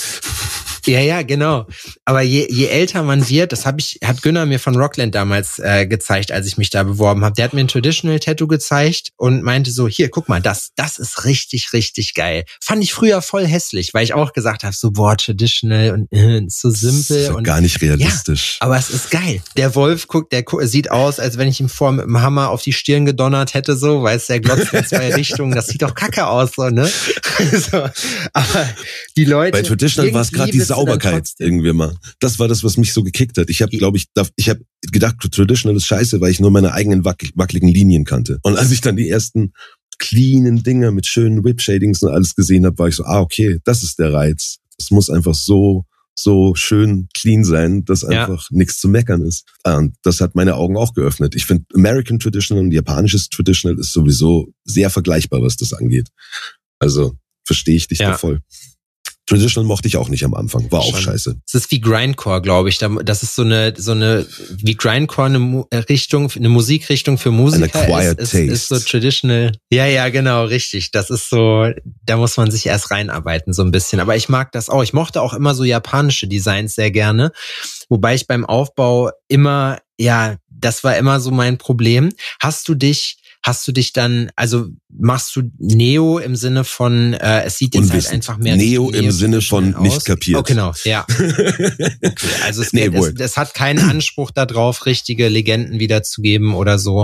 Ja, genau. Aber je älter man wird, das hat Günner mir von Rockland damals gezeigt, als ich mich da beworben habe. Der hat mir ein Traditional-Tattoo gezeigt und meinte so, hier, guck mal, das ist richtig, richtig geil. Fand ich früher voll hässlich, weil ich auch gesagt habe, so, boah, Traditional und ist so simpel. Das ist gar nicht realistisch. Ja, aber es ist geil. Der Wolf sieht aus, als wenn ich ihm vor mit dem Hammer auf die Stirn gedonnert hätte, so, weil es der glotzt in 2 Richtungen. Das sieht doch kacke aus, so, ne? So, aber die Leute. Bei Traditional war es gerade die Sauberkeit irgendwie mal. Das war das, was mich so gekickt hat. Ich habe gedacht, Traditional ist scheiße, weil ich nur meine eigenen wackeligen Linien kannte. Und als ich dann die ersten cleanen Dinger mit schönen Whip-Shadings und alles gesehen habe, war ich so, okay, das ist der Reiz. Es muss einfach so schön clean sein, dass einfach nichts zu meckern ist. Und das hat meine Augen auch geöffnet. Ich finde, American Traditional und japanisches Traditional ist sowieso sehr vergleichbar, was das angeht. Also verstehe ich dich da voll. Traditional mochte ich auch nicht am Anfang, war auch scheiße. Es ist wie Grindcore, glaube ich. Das ist so eine wie Grindcore eine Musikrichtung für Musiker. Eine acquired taste. Ist so traditional. Ja, genau, richtig. Das ist so, da muss man sich erst reinarbeiten so ein bisschen. Aber ich mag das auch. Ich mochte auch immer so japanische Designs sehr gerne, wobei ich beim Aufbau immer, das war immer so mein Problem. Hast du dich dann, also machst du Neo im Sinne von, es sieht jetzt halt einfach mehr Neo im Sinne von nicht kapiert. Oh, genau, ja. Okay, also es hat keinen Anspruch darauf, richtige Legenden wiederzugeben oder so.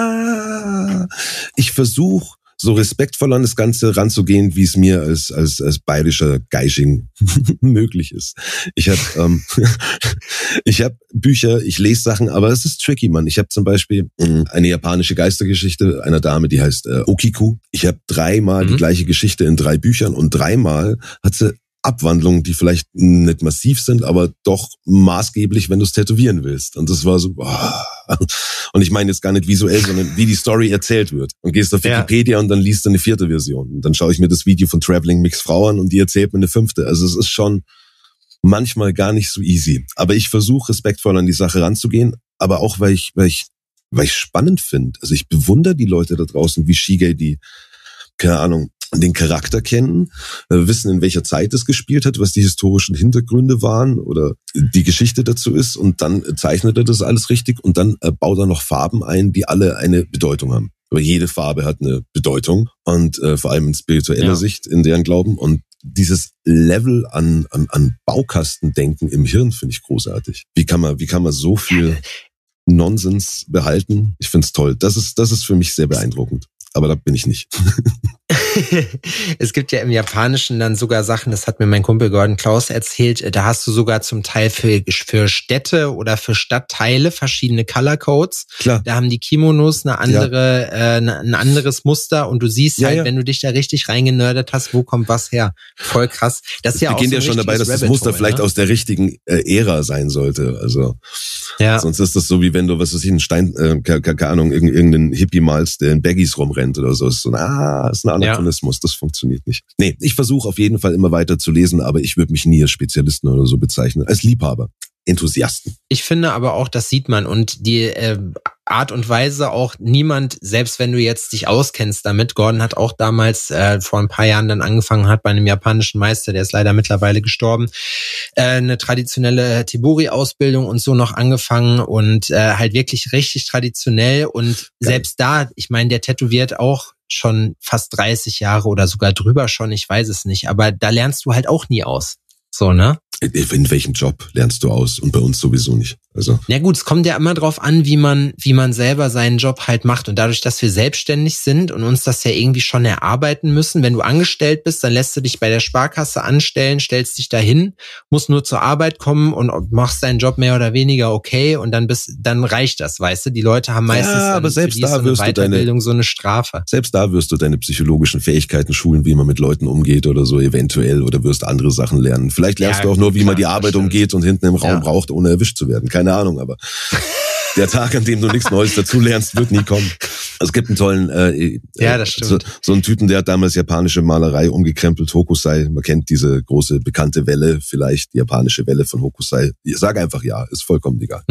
Ich versuche so respektvoll an das Ganze ranzugehen, wie es mir als bayerischer Geishing möglich ist. Ich habe Bücher, ich lese Sachen, aber es ist tricky, Mann. Ich habe zum Beispiel eine japanische Geistergeschichte einer Dame, die heißt Okiku. Ich habe 3-mal die gleiche Geschichte in 3 Büchern und 3-mal hat sie Abwandlungen, die vielleicht nicht massiv sind, aber doch maßgeblich, wenn du es tätowieren willst. Und das war so, und ich meine jetzt gar nicht visuell, sondern wie die Story erzählt wird. Und gehst auf Wikipedia und dann liest du eine 4. Version. Und dann schaue ich mir das Video von Traveling Mix Frau an und die erzählt mir eine 5. Also es ist schon manchmal gar nicht so easy. Aber ich versuche respektvoll an die Sache ranzugehen, aber auch, weil ich spannend finde. Also ich bewundere die Leute da draußen, wie Shige, die, keine Ahnung, den Charakter kennen, wissen, in welcher Zeit es gespielt hat, was die historischen Hintergründe waren oder die Geschichte dazu ist, und dann zeichnet er das alles richtig und dann baut er noch Farben ein, die alle eine Bedeutung haben. Aber jede Farbe hat eine Bedeutung und vor allem in spiritueller Sicht, in deren Glauben, und dieses Level an Baukastendenken im Hirn finde ich großartig. Wie kann man so viel Nonsens behalten? Ich finde es toll. Das ist für mich sehr beeindruckend. Aber da bin ich nicht. Es gibt ja im Japanischen dann sogar Sachen, das hat mir mein Kumpel Gordon Klaus erzählt, da hast du sogar zum Teil für Städte oder für Stadtteile verschiedene Color Codes. Klar. Da haben die Kimonos ein anderes Muster und du siehst wenn du dich da richtig reingenördet hast, wo kommt was her. Voll krass. Das ist ja auch beginnt ja schon dabei, dass das Muster vielleicht aus der richtigen Ära sein sollte. Also sonst ist das so, wie wenn du, was weiß ich, einen Stein, keine Ahnung, irgendeinen Hippie malst, der in Baggies rumrennt oder so. Ist so ist ein Anachronismus, das funktioniert nicht. Nee, ich versuche auf jeden Fall immer weiter zu lesen, aber ich würde mich nie als Spezialisten oder so bezeichnen, als Liebhaber. Enthusiasten. Ich finde aber auch, das sieht man, und die Art und Weise auch, niemand, selbst wenn du jetzt dich auskennst damit, Gordon hat auch damals vor ein paar Jahren dann angefangen, hat bei einem japanischen Meister, der ist leider mittlerweile gestorben, eine traditionelle Tibori-Ausbildung und so noch angefangen und halt wirklich richtig traditionell, und selbst da, ich meine, der tätowiert auch schon fast 30 Jahre oder sogar drüber schon, ich weiß es nicht, aber da lernst du halt auch nie aus. So, ne? In welchem Job lernst du aus? Und bei uns sowieso nicht. Also. Ja gut, es kommt ja immer drauf an, wie man selber seinen Job halt macht. Und dadurch, dass wir selbstständig sind und uns das ja irgendwie schon erarbeiten müssen, wenn du angestellt bist, dann lässt du dich bei der Sparkasse anstellen, stellst dich dahin, musst nur zur Arbeit kommen und machst deinen Job mehr oder weniger okay, und dann reicht das, weißt du? Die Leute haben meistens aber selbst da so eine Weiterbildung, so eine Strafe. Selbst da wirst du deine psychologischen Fähigkeiten schulen, wie man mit Leuten umgeht oder so eventuell, oder wirst andere Sachen lernen. Vielleicht lernst du auch nur, wie man die Arbeit umgeht und hinten im Raum braucht, ohne erwischt zu werden. Keine Ahnung, aber der Tag, an dem du nichts Neues dazu lernst, wird nie kommen. Also es gibt einen tollen, das stimmt. So einen Typen, der hat damals japanische Malerei umgekrempelt, Hokusai. Man kennt diese große, bekannte Welle, vielleicht die japanische Welle von Hokusai. Ich sage einfach ja, ist vollkommen egal.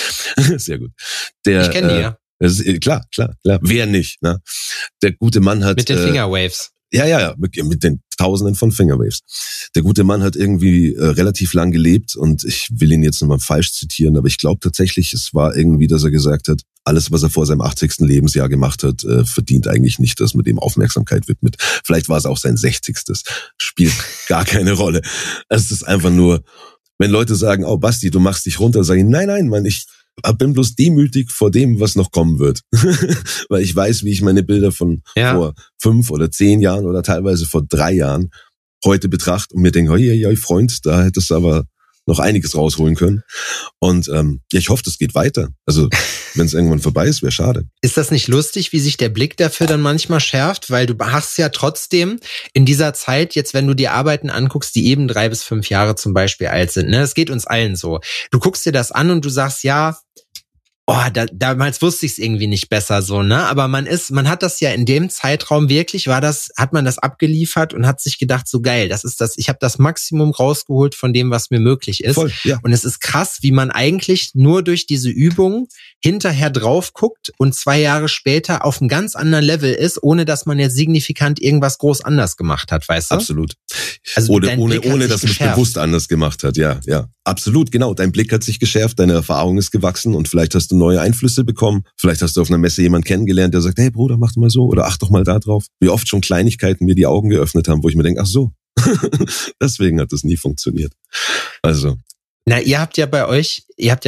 Sehr gut. Ich kenne die, ja. Das ist, klar. Wer nicht, ne? Der gute Mann hat... Mit den Fingerwaves. Ja, mit den Tausenden von Fingerwaves. Der gute Mann hat irgendwie relativ lang gelebt, und ich will ihn jetzt nochmal falsch zitieren, aber ich glaube tatsächlich, es war irgendwie, dass er gesagt hat, alles, was er vor seinem 80. Lebensjahr gemacht hat, verdient eigentlich nicht, dass man dem Aufmerksamkeit widmet. Vielleicht war es auch sein 60. Spielt gar keine Rolle. Es ist einfach nur, wenn Leute sagen, oh Basti, du machst dich runter, sage ich, nein, Mann, ich bin bloß demütig vor dem, was noch kommen wird. Weil ich weiß, wie ich meine Bilder von vor 5 oder 10 Jahren oder teilweise vor 3 Jahren heute betrachte und mir denke, hey, Freund, da hättest du aber noch einiges rausholen können. Und ich hoffe, das geht weiter. Also wenn es irgendwann vorbei ist, wäre schade. Ist das nicht lustig, wie sich der Blick dafür dann manchmal schärft? Weil du hast ja trotzdem in dieser Zeit, jetzt wenn du dir Arbeiten anguckst, die eben 3 bis 5 Jahre zum Beispiel alt sind, ne? Es geht uns allen so. Du guckst dir das an und du sagst, damals wusste ich es irgendwie nicht besser so, ne? Aber man hat das ja in dem Zeitraum wirklich, hat man das abgeliefert und hat sich gedacht, so geil, ich habe das Maximum rausgeholt von dem, was mir möglich ist. Voll, ja. Und es ist krass, wie man eigentlich nur durch diese Übung hinterher drauf guckt und 2 Jahre später auf einem ganz anderen Level ist, ohne dass man jetzt signifikant irgendwas groß anders gemacht hat, weißt du? Absolut. Also ohne dass man es bewusst anders gemacht hat, ja. Absolut, genau. Dein Blick hat sich geschärft, deine Erfahrung ist gewachsen und vielleicht hast du neue Einflüsse bekommen. Vielleicht hast du auf einer Messe jemanden kennengelernt, der sagt, hey Bruder, mach doch mal so oder acht doch mal da drauf. Wie oft schon Kleinigkeiten mir die Augen geöffnet haben, wo ich mir denke, ach so, deswegen hat das nie funktioniert. Also. Na, ihr habt ja bei euch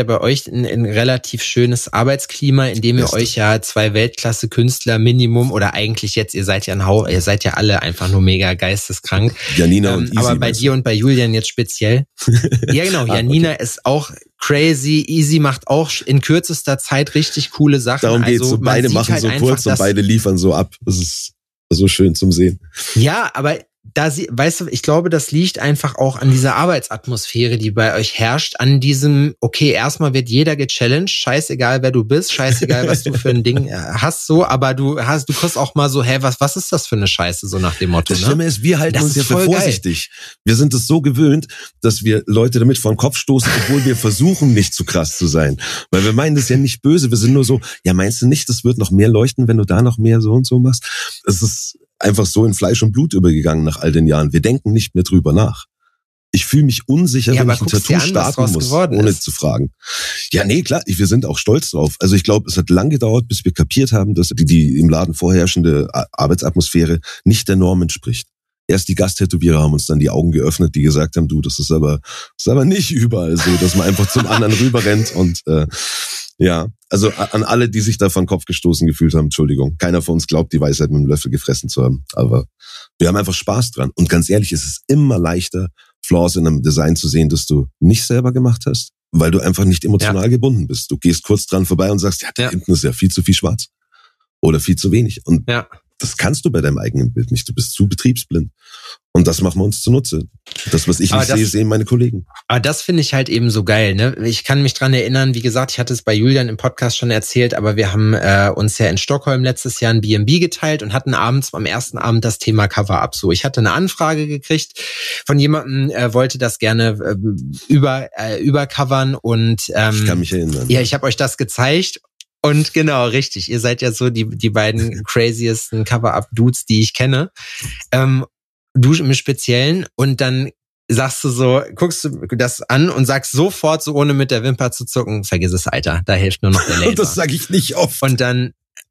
ein relativ schönes Arbeitsklima, in dem ihr euch ja 2 Weltklasse-Künstler Minimum oder eigentlich jetzt, ihr seid ja alle einfach nur mega geisteskrank. Janina und Easy. Aber bei dir und bei Julian jetzt speziell. Ja, genau. Janina ist auch crazy. Easy macht auch in kürzester Zeit richtig coole Sachen. Darum geht's so. Beide machen halt so kurz und beide liefern so ab. Das ist so schön zum Sehen. Ja, aber weißt du, ich glaube, das liegt einfach auch an dieser Arbeitsatmosphäre, die bei euch herrscht, an diesem, okay, erstmal wird jeder gechallenged, scheißegal wer du bist, scheißegal was du für ein Ding hast, so, aber du kriegst auch mal so, was ist das für eine Scheiße, so nach dem Motto, Das Schlimme ist, wir halten uns ja für vorsichtig. Geil. Wir sind es so gewöhnt, dass wir Leute damit vor den Kopf stoßen, obwohl wir versuchen, nicht zu krass zu sein. Weil wir meinen das ja nicht böse, wir sind nur so, ja, meinst du nicht, das wird noch mehr leuchten, wenn du da noch mehr so und so machst? Es ist einfach so in Fleisch und Blut übergegangen nach all den Jahren. Wir denken nicht mehr drüber nach. Ich fühle mich unsicher, wenn ich ein Tattoo starten muss, ohne zu fragen. Ja, nee, klar, wir sind auch stolz drauf. Also ich glaube, es hat lang gedauert, bis wir kapiert haben, dass die im Laden vorherrschende Arbeitsatmosphäre nicht der Norm entspricht. Erst die Gasttätowierer haben uns dann die Augen geöffnet, die gesagt haben, du, das ist aber nicht überall so, dass man einfach zum anderen rüberrennt und ja, also an alle, die sich da vor den Kopf gestoßen gefühlt haben, Entschuldigung. Keiner von uns glaubt, die Weisheit mit dem Löffel gefressen zu haben. Aber wir haben einfach Spaß dran. Und ganz ehrlich, es ist immer leichter, Flaws in einem Design zu sehen, das du nicht selber gemacht hast, weil du einfach nicht emotional gebunden bist. Du gehst kurz dran vorbei und sagst, ja, da hinten ist ja viel zu viel schwarz. Oder viel zu wenig. Und das kannst du bei deinem eigenen Bild nicht. Du bist zu betriebsblind. Und das machen wir uns zunutze. Das, was ich nicht sehe, sehen meine Kollegen. Aber das finde ich halt eben so geil, ne? Ich kann mich dran erinnern, wie gesagt, ich hatte es bei Julian im Podcast schon erzählt, aber wir haben uns ja in Stockholm letztes Jahr ein B&B geteilt und hatten abends am ersten Abend das Thema Cover-Up. So, ich hatte eine Anfrage gekriegt von jemandem, wollte das gerne übercovern und ich kann mich erinnern. Ja, ich habe euch das gezeigt. Und genau, richtig. Ihr seid ja so die beiden craziesten Cover-Up-Dudes, die ich kenne. Du im Speziellen. Und dann sagst du so, guckst du das an und sagst sofort, so ohne mit der Wimper zu zucken, vergiss es, Alter. Da hilft nur noch der Laser. Das sage ich nicht oft. Und dann,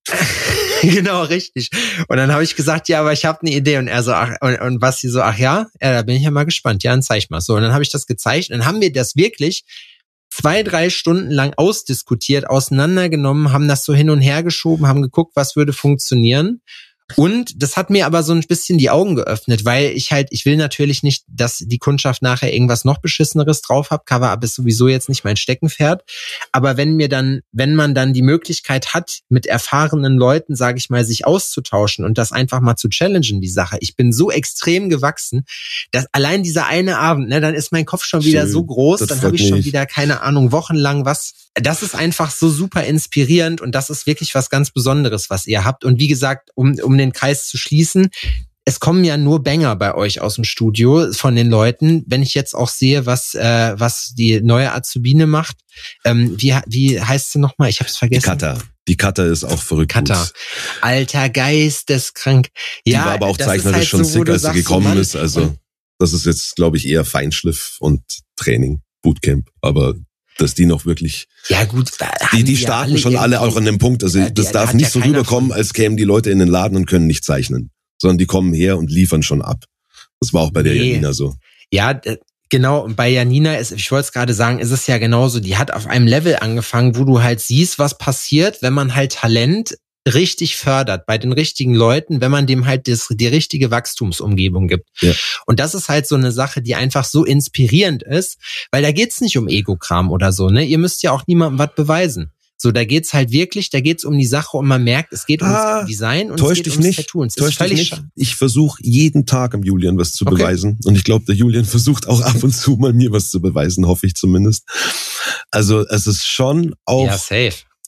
genau, richtig. Und dann habe ich gesagt, ja, aber ich habe eine Idee. Und er so, und Basti so, ja, da bin ich ja mal gespannt. Ja, dann zeig mal. So, und dann habe ich das gezeigt. Und dann haben wir das wirklich 2-3 Stunden lang ausdiskutiert, auseinandergenommen, haben das so hin und her geschoben, haben geguckt, was würde funktionieren. Und das hat mir aber so ein bisschen die Augen geöffnet, weil ich will natürlich nicht, dass die Kundschaft nachher irgendwas noch Beschisseneres drauf hat. Cover-Up ist sowieso jetzt nicht mein Steckenpferd. Aber wenn man dann die Möglichkeit hat, mit erfahrenen Leuten, sage ich mal, sich auszutauschen und das einfach mal zu challengen, die Sache. Ich bin so extrem gewachsen, dass allein dieser eine Abend, ne, dann ist mein Kopf schon wieder so groß, dann habe ich schon wieder, keine Ahnung, wochenlang was. Das ist einfach so super inspirierend und das ist wirklich was ganz Besonderes, was ihr habt. Und wie gesagt, um den Kreis zu schließen, es kommen ja nur Banger bei euch aus dem Studio von den Leuten. Wenn ich jetzt auch sehe, was die neue Azubine macht, wie heißt sie nochmal? Ich habe es vergessen. Die Kata ist auch verrückt. Kata. Alter, geisteskrank. Ja, die war aber auch zeichnerisch halt schon sick, als sie gekommen ist. Also das ist jetzt, glaube ich, eher Feinschliff und Training, Bootcamp. Aber dass die noch wirklich, ja gut, die starten schon alle auch an dem Punkt, also das darf nicht so rüberkommen, als kämen die Leute in den Laden und können nicht zeichnen, sondern die kommen her und liefern schon ab. Das war auch bei der Janina so. Ja, genau, und bei Janina ich wollte es gerade sagen, ist es ja genauso, die hat auf einem Level angefangen, wo du halt siehst, was passiert, wenn man halt Talent richtig fördert bei den richtigen Leuten, wenn man dem halt die richtige Wachstumsumgebung gibt. Ja. Und das ist halt so eine Sache, die einfach so inspirierend ist, weil da geht's nicht um Ego-Kram oder so, ne? Ihr müsst ja auch niemandem was beweisen. So, da geht's halt wirklich, da geht's um die Sache und man merkt, es geht ums Design und es geht ums Tattoo. Täusch dich nicht. Ich versuche jeden Tag am Julian was zu beweisen und ich glaube, der Julian versucht auch ab und zu mal mir was zu beweisen, hoffe ich zumindest. Also es ist schon auch... Ja, safe.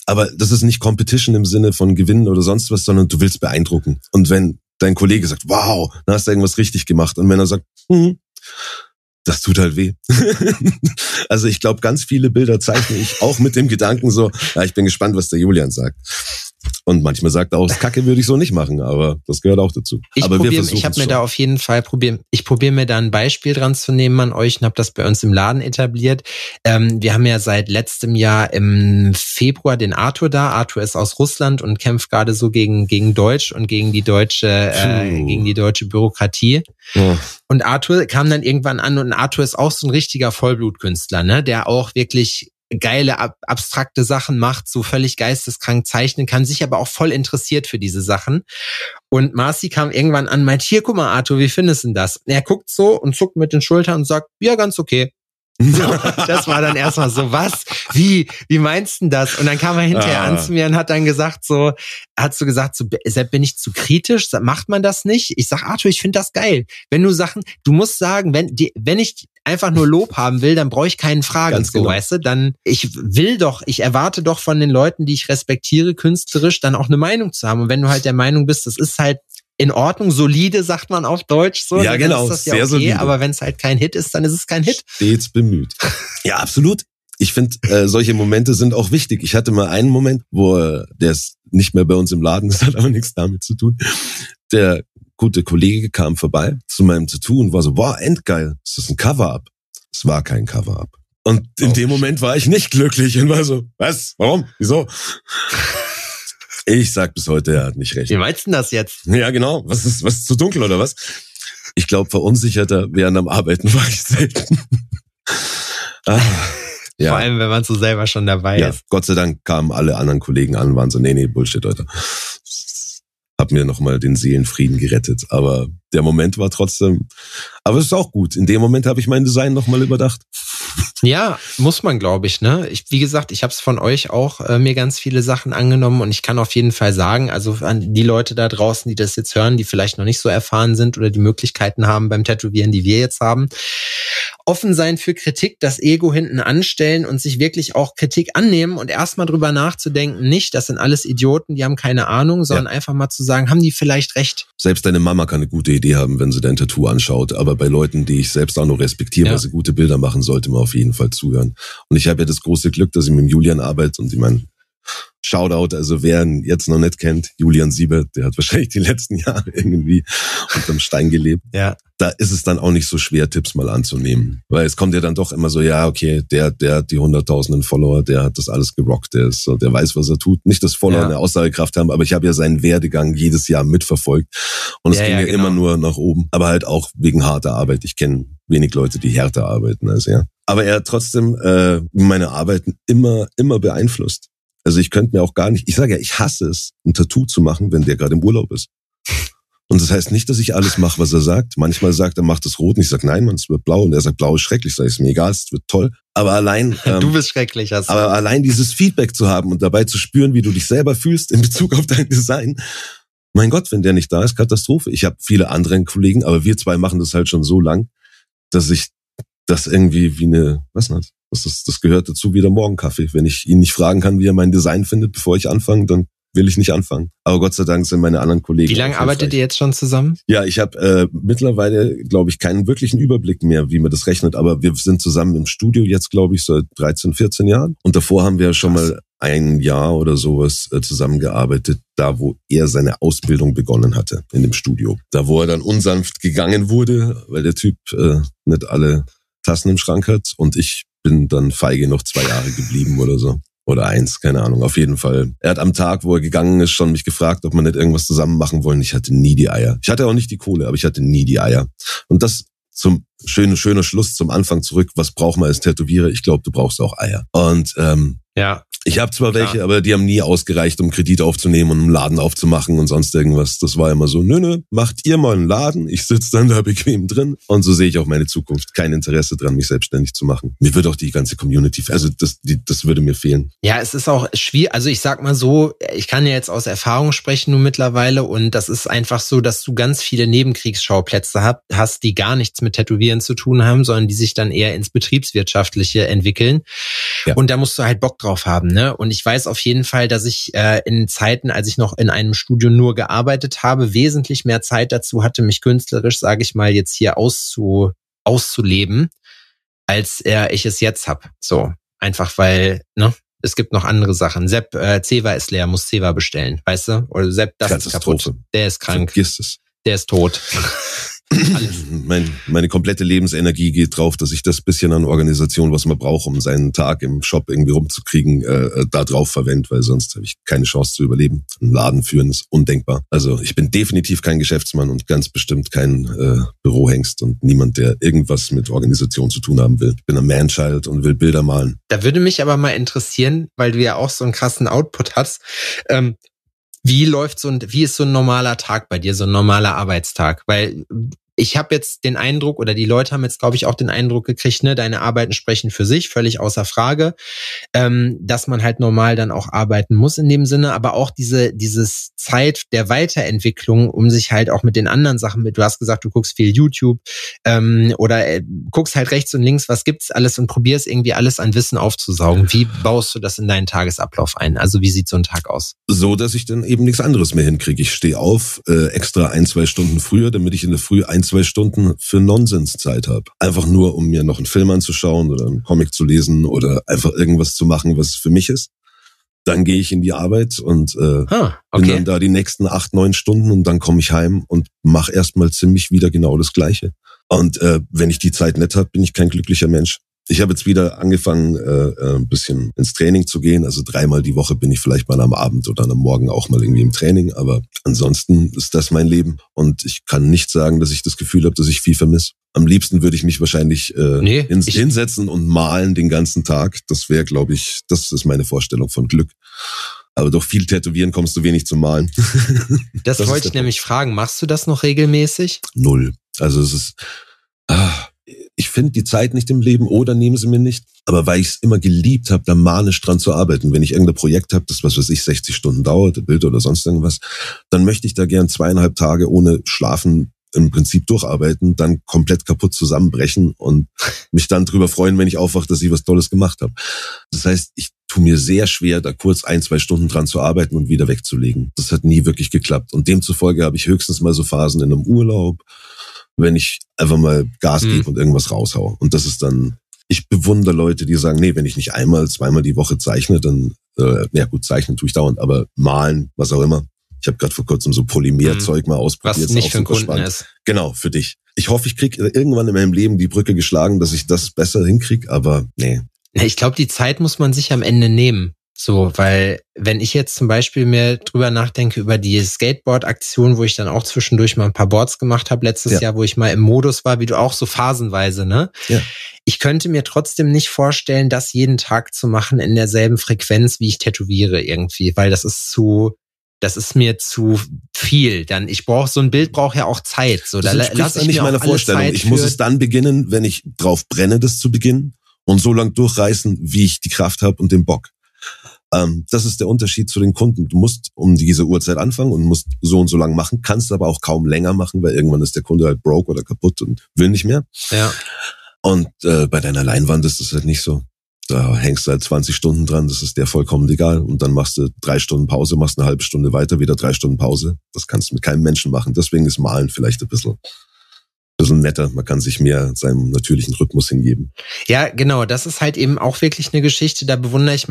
Aber das ist nicht Competition im Sinne von Gewinnen oder sonst was, sondern du willst beeindrucken. Und wenn dein Kollege sagt, wow, dann hast du irgendwas richtig gemacht. Und wenn er sagt, das tut halt weh. Also ich glaube, ganz viele Bilder zeichne ich auch mit dem Gedanken so, ja, ich bin gespannt, was der Julian sagt. Und manchmal sagt er auch, das Kacke würde ich so nicht machen, aber das gehört auch dazu. Ich habe mir da auf jeden Fall ich probiere mir da ein Beispiel dran zu nehmen an euch und habe das bei uns im Laden etabliert. Wir haben ja seit letztem Jahr im Februar den Arthur da. Arthur ist aus Russland und kämpft gerade so gegen Deutsch und gegen die deutsche Bürokratie. Ja. Und Arthur kam dann irgendwann an und Arthur ist auch so ein richtiger Vollblutkünstler, ne, der auch wirklich geile, abstrakte Sachen macht, so völlig geisteskrank zeichnen kann, sich aber auch voll interessiert für diese Sachen. Und Marci kam irgendwann an und meint, hier, guck mal, Arthur, wie findest du denn das? Und er guckt so und zuckt mit den Schultern und sagt, ja, ganz okay. Das war dann erstmal so, was? Wie meinst du das? Und dann kam er hinterher an zu mir und hat dann gesagt so, Sepp, bin ich zu kritisch? Macht man das nicht? Ich sag, Arthur, ich finde das geil. Du musst sagen, wenn ich einfach nur Lob haben will, dann brauche ich keinen Fragen, so, genau. Weißt du? Ich erwarte doch von den Leuten, die ich respektiere, künstlerisch, dann auch eine Meinung zu haben. Und wenn du halt der Meinung bist, das ist halt in Ordnung, solide, sagt man auf Deutsch. So, ja, genau, ist das ja sehr okay, solide. Aber wenn es halt kein Hit ist, dann ist es kein Hit. Stets bemüht. Ja, absolut. Ich finde, solche Momente sind auch wichtig. Ich hatte mal einen Moment, der ist nicht mehr bei uns im Laden, das hat aber nichts damit zu tun. Der gute Kollege kam vorbei zu meinem Tattoo und war so, boah, endgeil, ist das ein Cover-Up? Es war kein Cover-Up. Und in dem Moment war ich nicht glücklich und war so, was? Warum? Wieso? Ich sag bis heute, er hat nicht recht. Wie meinst du das jetzt? Ja, genau. Was ist zu dunkel oder was? Ich glaube, verunsicherter während am Arbeiten war ich selten. Ja. Vor allem, wenn man so selber schon dabei ist. Gott sei Dank kamen alle anderen Kollegen an und waren so, nee, Bullshit, Leute. Hab mir nochmal den Seelenfrieden gerettet. Aber der Moment war trotzdem, aber es ist auch gut. In dem Moment habe ich mein Design nochmal überdacht. Ja, muss man, glaube ich, ne? Wie gesagt, ich habe es von euch auch mir ganz viele Sachen angenommen und ich kann auf jeden Fall sagen, also an die Leute da draußen, die das jetzt hören, die vielleicht noch nicht so erfahren sind oder die Möglichkeiten haben beim Tätowieren, die wir jetzt haben, offen sein für Kritik, das Ego hinten anstellen und sich wirklich auch Kritik annehmen und erstmal drüber nachzudenken, nicht, das sind alles Idioten, die haben keine Ahnung, sondern einfach mal zu sagen, haben die vielleicht recht? Selbst deine Mama kann eine gute Idee haben, wenn sie dein Tattoo anschaut, aber bei Leuten, die ich selbst auch noch respektiere, weil sie gute Bilder machen, sollte man auf jeden Fall zuhören. Und ich habe ja das große Glück, dass ich mit Julian arbeite und ich meine, Shoutout, also wer ihn jetzt noch nicht kennt, Julian Siebert, der hat wahrscheinlich die letzten Jahre irgendwie unterm Stein gelebt. Ja. Da ist es dann auch nicht so schwer, Tipps mal anzunehmen. Weil es kommt ja dann doch immer so, ja, okay, der hat die 100.000 Follower, der hat das alles gerockt, der weiß, was er tut. Nicht, dass Follower eine Aussagekraft haben, aber ich habe ja seinen Werdegang jedes Jahr mitverfolgt. Und es ging ja immer nur nach oben. Aber halt auch wegen harter Arbeit. Ich kenne wenig Leute, die härter arbeiten als er. Aber er hat trotzdem meine Arbeiten immer beeinflusst. Also ich könnte mir auch gar nicht, ich sage ja, ich hasse es, ein Tattoo zu machen, wenn der gerade im Urlaub ist. Und das heißt nicht, dass ich alles mache, was er sagt. Manchmal sagt er, macht es rot und ich sage, nein, Mann, es wird blau. Und er sagt, blau ist schrecklich. Sag ich, ist mir egal, es wird toll. Aber allein... du bist schrecklich. Aber allein dieses Feedback zu haben und dabei zu spüren, wie du dich selber fühlst in Bezug auf dein Design. Mein Gott, wenn der nicht da ist, Katastrophe. Ich habe viele andere Kollegen, aber wir zwei machen das halt schon so lang, dass ich das irgendwie wie eine, was nicht? Das gehört dazu wie der Morgenkaffee. Wenn ich ihn nicht fragen kann, wie er mein Design findet, bevor ich anfange, dann will ich nicht anfangen. Aber Gott sei Dank sind meine anderen Kollegen... Wie lange arbeitet ihr jetzt schon zusammen? Ja, ich habe mittlerweile, glaube ich, keinen wirklichen Überblick mehr, wie man das rechnet. Aber wir sind zusammen im Studio jetzt, glaube ich, seit 13, 14 Jahren. Und davor haben wir schon mal ein Jahr oder sowas zusammengearbeitet, da wo er seine Ausbildung begonnen hatte, in dem Studio. Da wo er dann unsanft gegangen wurde, weil der Typ nicht alle Tassen im Schrank hat. Und ich bin dann feige noch 2 Jahre geblieben oder so. Oder 1, keine Ahnung. Auf jeden Fall. Er hat am Tag, wo er gegangen ist, schon mich gefragt, ob wir nicht irgendwas zusammen machen wollen. Ich hatte nie die Eier. Ich hatte auch nicht die Kohle, aber ich hatte nie die Eier. Und das zum schöner Schluss zum Anfang zurück. Was braucht man als Tätowierer? Ich glaube, du brauchst auch Eier. Und ich habe zwar welche, aber die haben nie ausgereicht, um Kredit aufzunehmen und einen Laden aufzumachen und sonst irgendwas. Das war immer so, nö, macht ihr mal einen Laden, ich sitze dann da bequem drin. Und so sehe ich auch meine Zukunft. Kein Interesse dran, mich selbstständig zu machen. Mir wird auch die ganze Community, also das würde mir fehlen. Ja, es ist auch schwierig, also ich sag mal so, ich kann ja jetzt aus Erfahrung sprechen nun mittlerweile und das ist einfach so, dass du ganz viele Nebenkriegsschauplätze hast, die gar nichts mit Tätowieren zu tun haben, sondern die sich dann eher ins Betriebswirtschaftliche entwickeln. Ja. Und da musst du halt Bock drauf haben. ne? Und ich weiß auf jeden Fall, dass ich in Zeiten, als ich noch in einem Studio nur gearbeitet habe, wesentlich mehr Zeit dazu hatte, mich künstlerisch, sage ich mal, jetzt hier auszuleben, als ich es jetzt habe. So, einfach weil, ne? Es gibt noch andere Sachen. Sepp, Zewa ist leer, muss Zewa bestellen, weißt du? Oder Sepp, das ist kaputt. Der ist krank. Vergiss es. Der ist tot. Alles. Meine komplette Lebensenergie geht drauf, dass ich das bisschen an Organisation, was man braucht, um seinen Tag im Shop irgendwie rumzukriegen, da drauf verwende, weil sonst habe ich keine Chance zu überleben. Einen Laden führen ist undenkbar. Also ich bin definitiv kein Geschäftsmann und ganz bestimmt kein Bürohengst und niemand, der irgendwas mit Organisation zu tun haben will. Ich bin ein Man-Child und will Bilder malen. Da würde mich aber mal interessieren, weil du ja auch so einen krassen Output hast, wie ist so ein normaler Tag bei dir, so ein normaler Arbeitstag? Weil ich habe jetzt den Eindruck, oder die Leute haben jetzt, glaube ich, auch den Eindruck gekriegt, ne, deine Arbeiten sprechen für sich, völlig außer Frage, dass man halt normal dann auch arbeiten muss in dem Sinne, aber auch dieses Zeit der Weiterentwicklung, um sich halt auch mit den anderen Sachen du hast gesagt, du guckst viel YouTube oder guckst halt rechts und links, was gibt's alles und probierst irgendwie alles an Wissen aufzusaugen. Wie baust du das in deinen Tagesablauf ein? Also wie sieht so ein Tag aus? So, dass ich dann eben nichts anderes mehr hinkriege. Ich stehe auf, extra 1-2 Stunden früher, damit ich in der Früh 1-2 Stunden für Nonsens Zeit habe. Einfach nur, um mir noch einen Film anzuschauen oder einen Comic zu lesen oder einfach irgendwas zu machen, was für mich ist. Dann gehe ich in die Arbeit und bin dann da die nächsten 8-9 Stunden und dann komme ich heim und mache erstmal ziemlich wieder genau das Gleiche. Und wenn ich die Zeit nicht habe, bin ich kein glücklicher Mensch. Ich habe jetzt wieder angefangen, ein bisschen ins Training zu gehen. Also 3-mal die Woche bin ich vielleicht mal am Abend oder am Morgen auch mal irgendwie im Training. Aber ansonsten ist das mein Leben. Und ich kann nicht sagen, dass ich das Gefühl habe, dass ich viel vermisse. Am liebsten würde ich mich wahrscheinlich hinsetzen und malen den ganzen Tag. Das wäre, glaube ich, das ist meine Vorstellung von Glück. Aber durch viel Tätowieren kommst du wenig zum Malen. Das wollte ich nämlich fragen. Machst du das noch regelmäßig? 0. Also es ist... Ich finde die Zeit nicht im Leben oder nehme sie mir nicht. Aber weil ich es immer geliebt habe, da manisch dran zu arbeiten. Wenn ich irgendein Projekt habe, das 60 Stunden dauert, Bild oder sonst irgendwas, dann möchte ich da gern 2,5 Tage ohne Schlafen im Prinzip durcharbeiten, dann komplett kaputt zusammenbrechen und mich dann drüber freuen, wenn ich aufwache, dass ich was Tolles gemacht habe. Das heißt, ich tue mir sehr schwer, da kurz 1-2 Stunden dran zu arbeiten und wieder wegzulegen. Das hat nie wirklich geklappt. Und demzufolge habe ich höchstens mal so Phasen in einem Urlaub, wenn ich einfach mal Gas gebe und irgendwas raushaue. Und das ist dann, ich bewundere Leute, die sagen, nee, wenn ich nicht 1-2 die Woche zeichne, dann, zeichnen tue ich dauernd, aber malen, was auch immer. Ich habe gerade vor kurzem so Polymerzeug mal ausprobiert. Was nicht für einen Kunden ist. Genau, für dich. Ich hoffe, ich kriege irgendwann in meinem Leben die Brücke geschlagen, dass ich das besser hinkriege, aber nee. Ich glaube, die Zeit muss man sich am Ende nehmen. So, weil wenn ich jetzt zum Beispiel mir drüber nachdenke über die Skateboard-Aktion, wo ich dann auch zwischendurch mal ein paar Boards gemacht habe letztes Jahr, wo ich mal im Modus war, wie du auch so phasenweise, ne? Ja. Ich könnte mir trotzdem nicht vorstellen, das jeden Tag zu machen in derselben Frequenz, wie ich tätowiere irgendwie, weil das ist mir zu viel. Dann so ein Bild braucht ja auch Zeit. So, da lasse ich nicht meine Vorstellung. Ich muss es dann beginnen, wenn ich drauf brenne, das zu beginnen und so lang durchreißen, wie ich die Kraft habe und den Bock. Das ist der Unterschied zu den Kunden. Du musst um diese Uhrzeit anfangen und musst so und so lang machen, kannst aber auch kaum länger machen, weil irgendwann ist der Kunde halt broke oder kaputt und will nicht mehr. Ja. Und bei deiner Leinwand ist das halt nicht so. Da hängst du halt 20 Stunden dran, das ist dir vollkommen egal. Und dann machst du 3 Stunden Pause, machst eine halbe Stunde weiter, wieder 3 Stunden Pause. Das kannst du mit keinem Menschen machen. Deswegen ist Malen vielleicht ein bisschen netter. Man kann sich mehr seinem natürlichen Rhythmus hingeben. Ja, genau. Das ist halt eben auch wirklich eine Geschichte. Da bewundere ich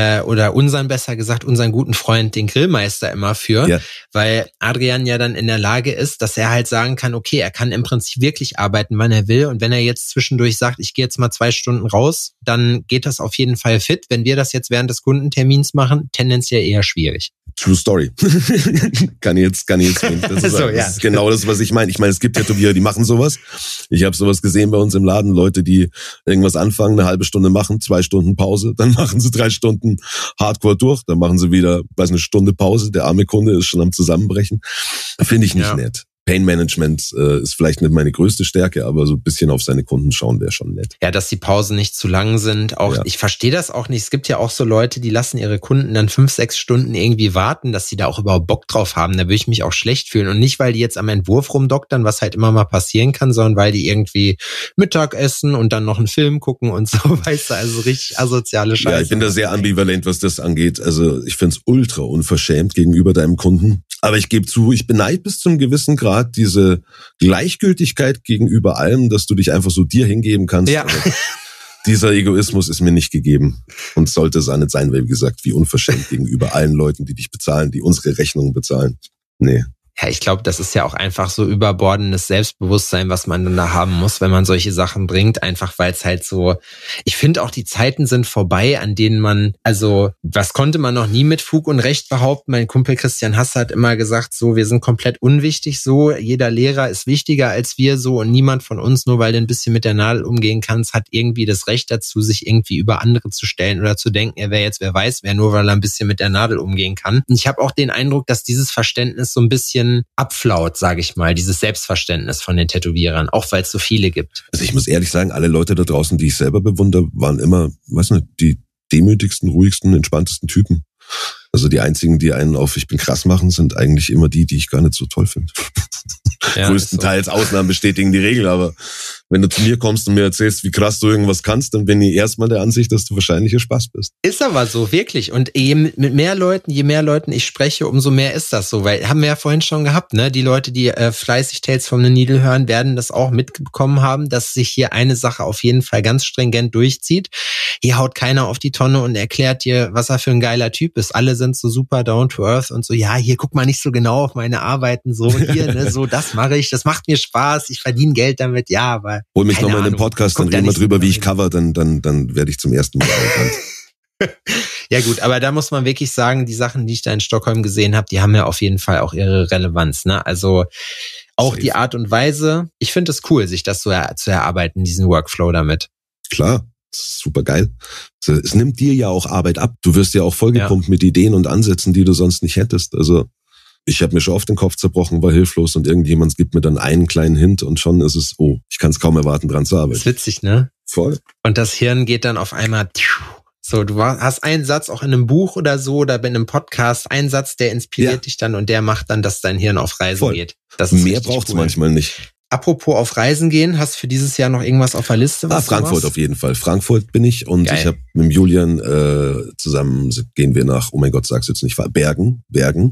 unseren guten Freund, den Grillmeister, immer für, weil Adrian ja dann in der Lage ist, dass er halt sagen kann, okay, er kann im Prinzip wirklich arbeiten, wann er will. Und wenn er jetzt zwischendurch sagt, ich gehe jetzt mal 2 Stunden raus, dann geht das auf jeden Fall fit. Wenn wir das jetzt während des Kundentermins machen, tendenziell eher schwierig. True Story. kann ich jetzt sagen. Das ist genau das, was ich meine. Ich meine, es gibt Tätowierer, die machen sowas. Ich habe sowas gesehen bei uns im Laden. Leute, die irgendwas anfangen, eine halbe Stunde machen, 2 Stunden Pause, dann machen sie 3 Stunden Hardcore durch, dann machen sie wieder, eine Stunde Pause. Der arme Kunde ist schon am Zusammenbrechen. Finde ich nicht nett. Pain Management ist vielleicht nicht meine größte Stärke, aber so ein bisschen auf seine Kunden schauen wäre schon nett. Ja, dass die Pausen nicht zu lang sind. Auch Ich verstehe das auch nicht. Es gibt ja auch so Leute, die lassen ihre Kunden dann 5-6 Stunden irgendwie warten, dass sie da auch überhaupt Bock drauf haben. Da würde ich mich auch schlecht fühlen. Und nicht, weil die jetzt am Entwurf rumdoktern, was halt immer mal passieren kann, sondern weil die irgendwie Mittag essen und dann noch einen Film gucken und so, weißt du, also richtig asoziale Scheiße. Ja, ich bin da sehr ambivalent, was das angeht. Also ich find's ultra unverschämt gegenüber deinem Kunden. Aber ich gebe zu, ich beneide bis zu einem gewissen Grad diese Gleichgültigkeit gegenüber allem, dass du dich einfach so dir hingeben kannst. Ja. Dieser Egoismus ist mir nicht gegeben und sollte es auch nicht sein, weil, wie gesagt, wie unverschämt gegenüber allen Leuten, die dich bezahlen, die unsere Rechnungen bezahlen. Nee. Ja, ich glaube, das ist ja auch einfach so überbordendes Selbstbewusstsein, was man dann da haben muss, wenn man solche Sachen bringt, einfach weil es halt so, ich finde auch die Zeiten sind vorbei, an denen man, also was konnte man noch nie mit Fug und Recht behaupten, mein Kumpel Christian Hasse hat immer gesagt, so, wir sind komplett unwichtig, so, jeder Lehrer ist wichtiger als wir, so, und niemand von uns, nur weil du ein bisschen mit der Nadel umgehen kannst, hat irgendwie das Recht dazu, sich irgendwie über andere zu stellen oder zu denken, er wäre jetzt wer weiß wer, nur weil er ein bisschen mit der Nadel umgehen kann. Und ich habe auch den Eindruck, dass dieses Verständnis so ein bisschen abflaut, sage ich mal, dieses Selbstverständnis von den Tätowierern, auch weil es so viele gibt. Also ich muss ehrlich sagen, alle Leute da draußen, die ich selber bewundere, waren immer, weiß nicht, die demütigsten, ruhigsten, entspanntesten Typen. Also die einzigen, die einen auf ich bin krass machen, sind eigentlich immer die ich gar nicht so toll finde. Ja, größtenteils so. Ausnahmen bestätigen die Regel, aber wenn du zu mir kommst und mir erzählst, wie krass du irgendwas kannst, dann bin ich erstmal der Ansicht, dass du wahrscheinlich hier Spaß bist. Ist aber so, wirklich. Und je mehr Leuten ich spreche, umso mehr ist das so. Weil, haben wir ja vorhin schon gehabt, ne? Die Leute, die fleißig Tales from the Needle hören, werden das auch mitbekommen haben, dass sich hier eine Sache auf jeden Fall ganz stringent durchzieht. Hier haut keiner auf die Tonne und erklärt dir, was er für ein geiler Typ ist. Alle sind so super down to earth und so, ja, hier guck mal nicht so genau auf meine Arbeiten, so hier, ne, so, das mache ich, das macht mir Spaß, ich verdiene Geld damit, ja, aber hol mich nochmal in den Podcast, dann reden wir drüber, wie ich cover, dann werde ich zum ersten Mal arrogant. Ja gut, aber da muss man wirklich sagen, die Sachen, die ich da in Stockholm gesehen habe, die haben ja auf jeden Fall auch ihre Relevanz, ne, also auch Safe. Die Art und Weise, ich finde es cool, sich das so zu erarbeiten, diesen Workflow damit. Klar. Super geil. Es nimmt dir ja auch Arbeit ab. Du wirst ja auch vollgepumpt mit Ideen und Ansätzen, die du sonst nicht hättest. Also ich habe mir schon oft den Kopf zerbrochen, war hilflos und irgendjemand gibt mir dann einen kleinen Hint und schon ist es, ich kann es kaum erwarten, dran zu arbeiten. Das ist witzig, ne? Voll. Und das Hirn geht dann auf einmal, so, du hast einen Satz auch in einem Buch oder so oder bei einem Podcast, einen Satz, der inspiriert dich dann und der macht dann, dass dein Hirn auf Reisen geht. Das ist mehr braucht's manchmal nicht. Apropos auf Reisen gehen, hast du für dieses Jahr noch irgendwas auf der Liste? Frankfurt auf jeden Fall. Frankfurt bin ich und ich habe mit dem Julian zusammen gehen wir nach, oh mein Gott, sag's jetzt nicht, Bergen.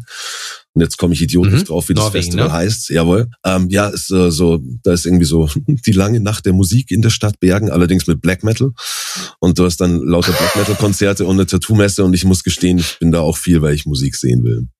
Und jetzt komme ich idiotisch drauf, wie das Norwegen, Festival heißt. Jawohl. Ja, ist da ist irgendwie so die lange Nacht der Musik in der Stadt Bergen, allerdings mit Black Metal. Und du hast dann lauter Black Metal Konzerte und eine Tattoo-Messe und ich muss gestehen, ich bin da auch viel, weil ich Musik sehen will.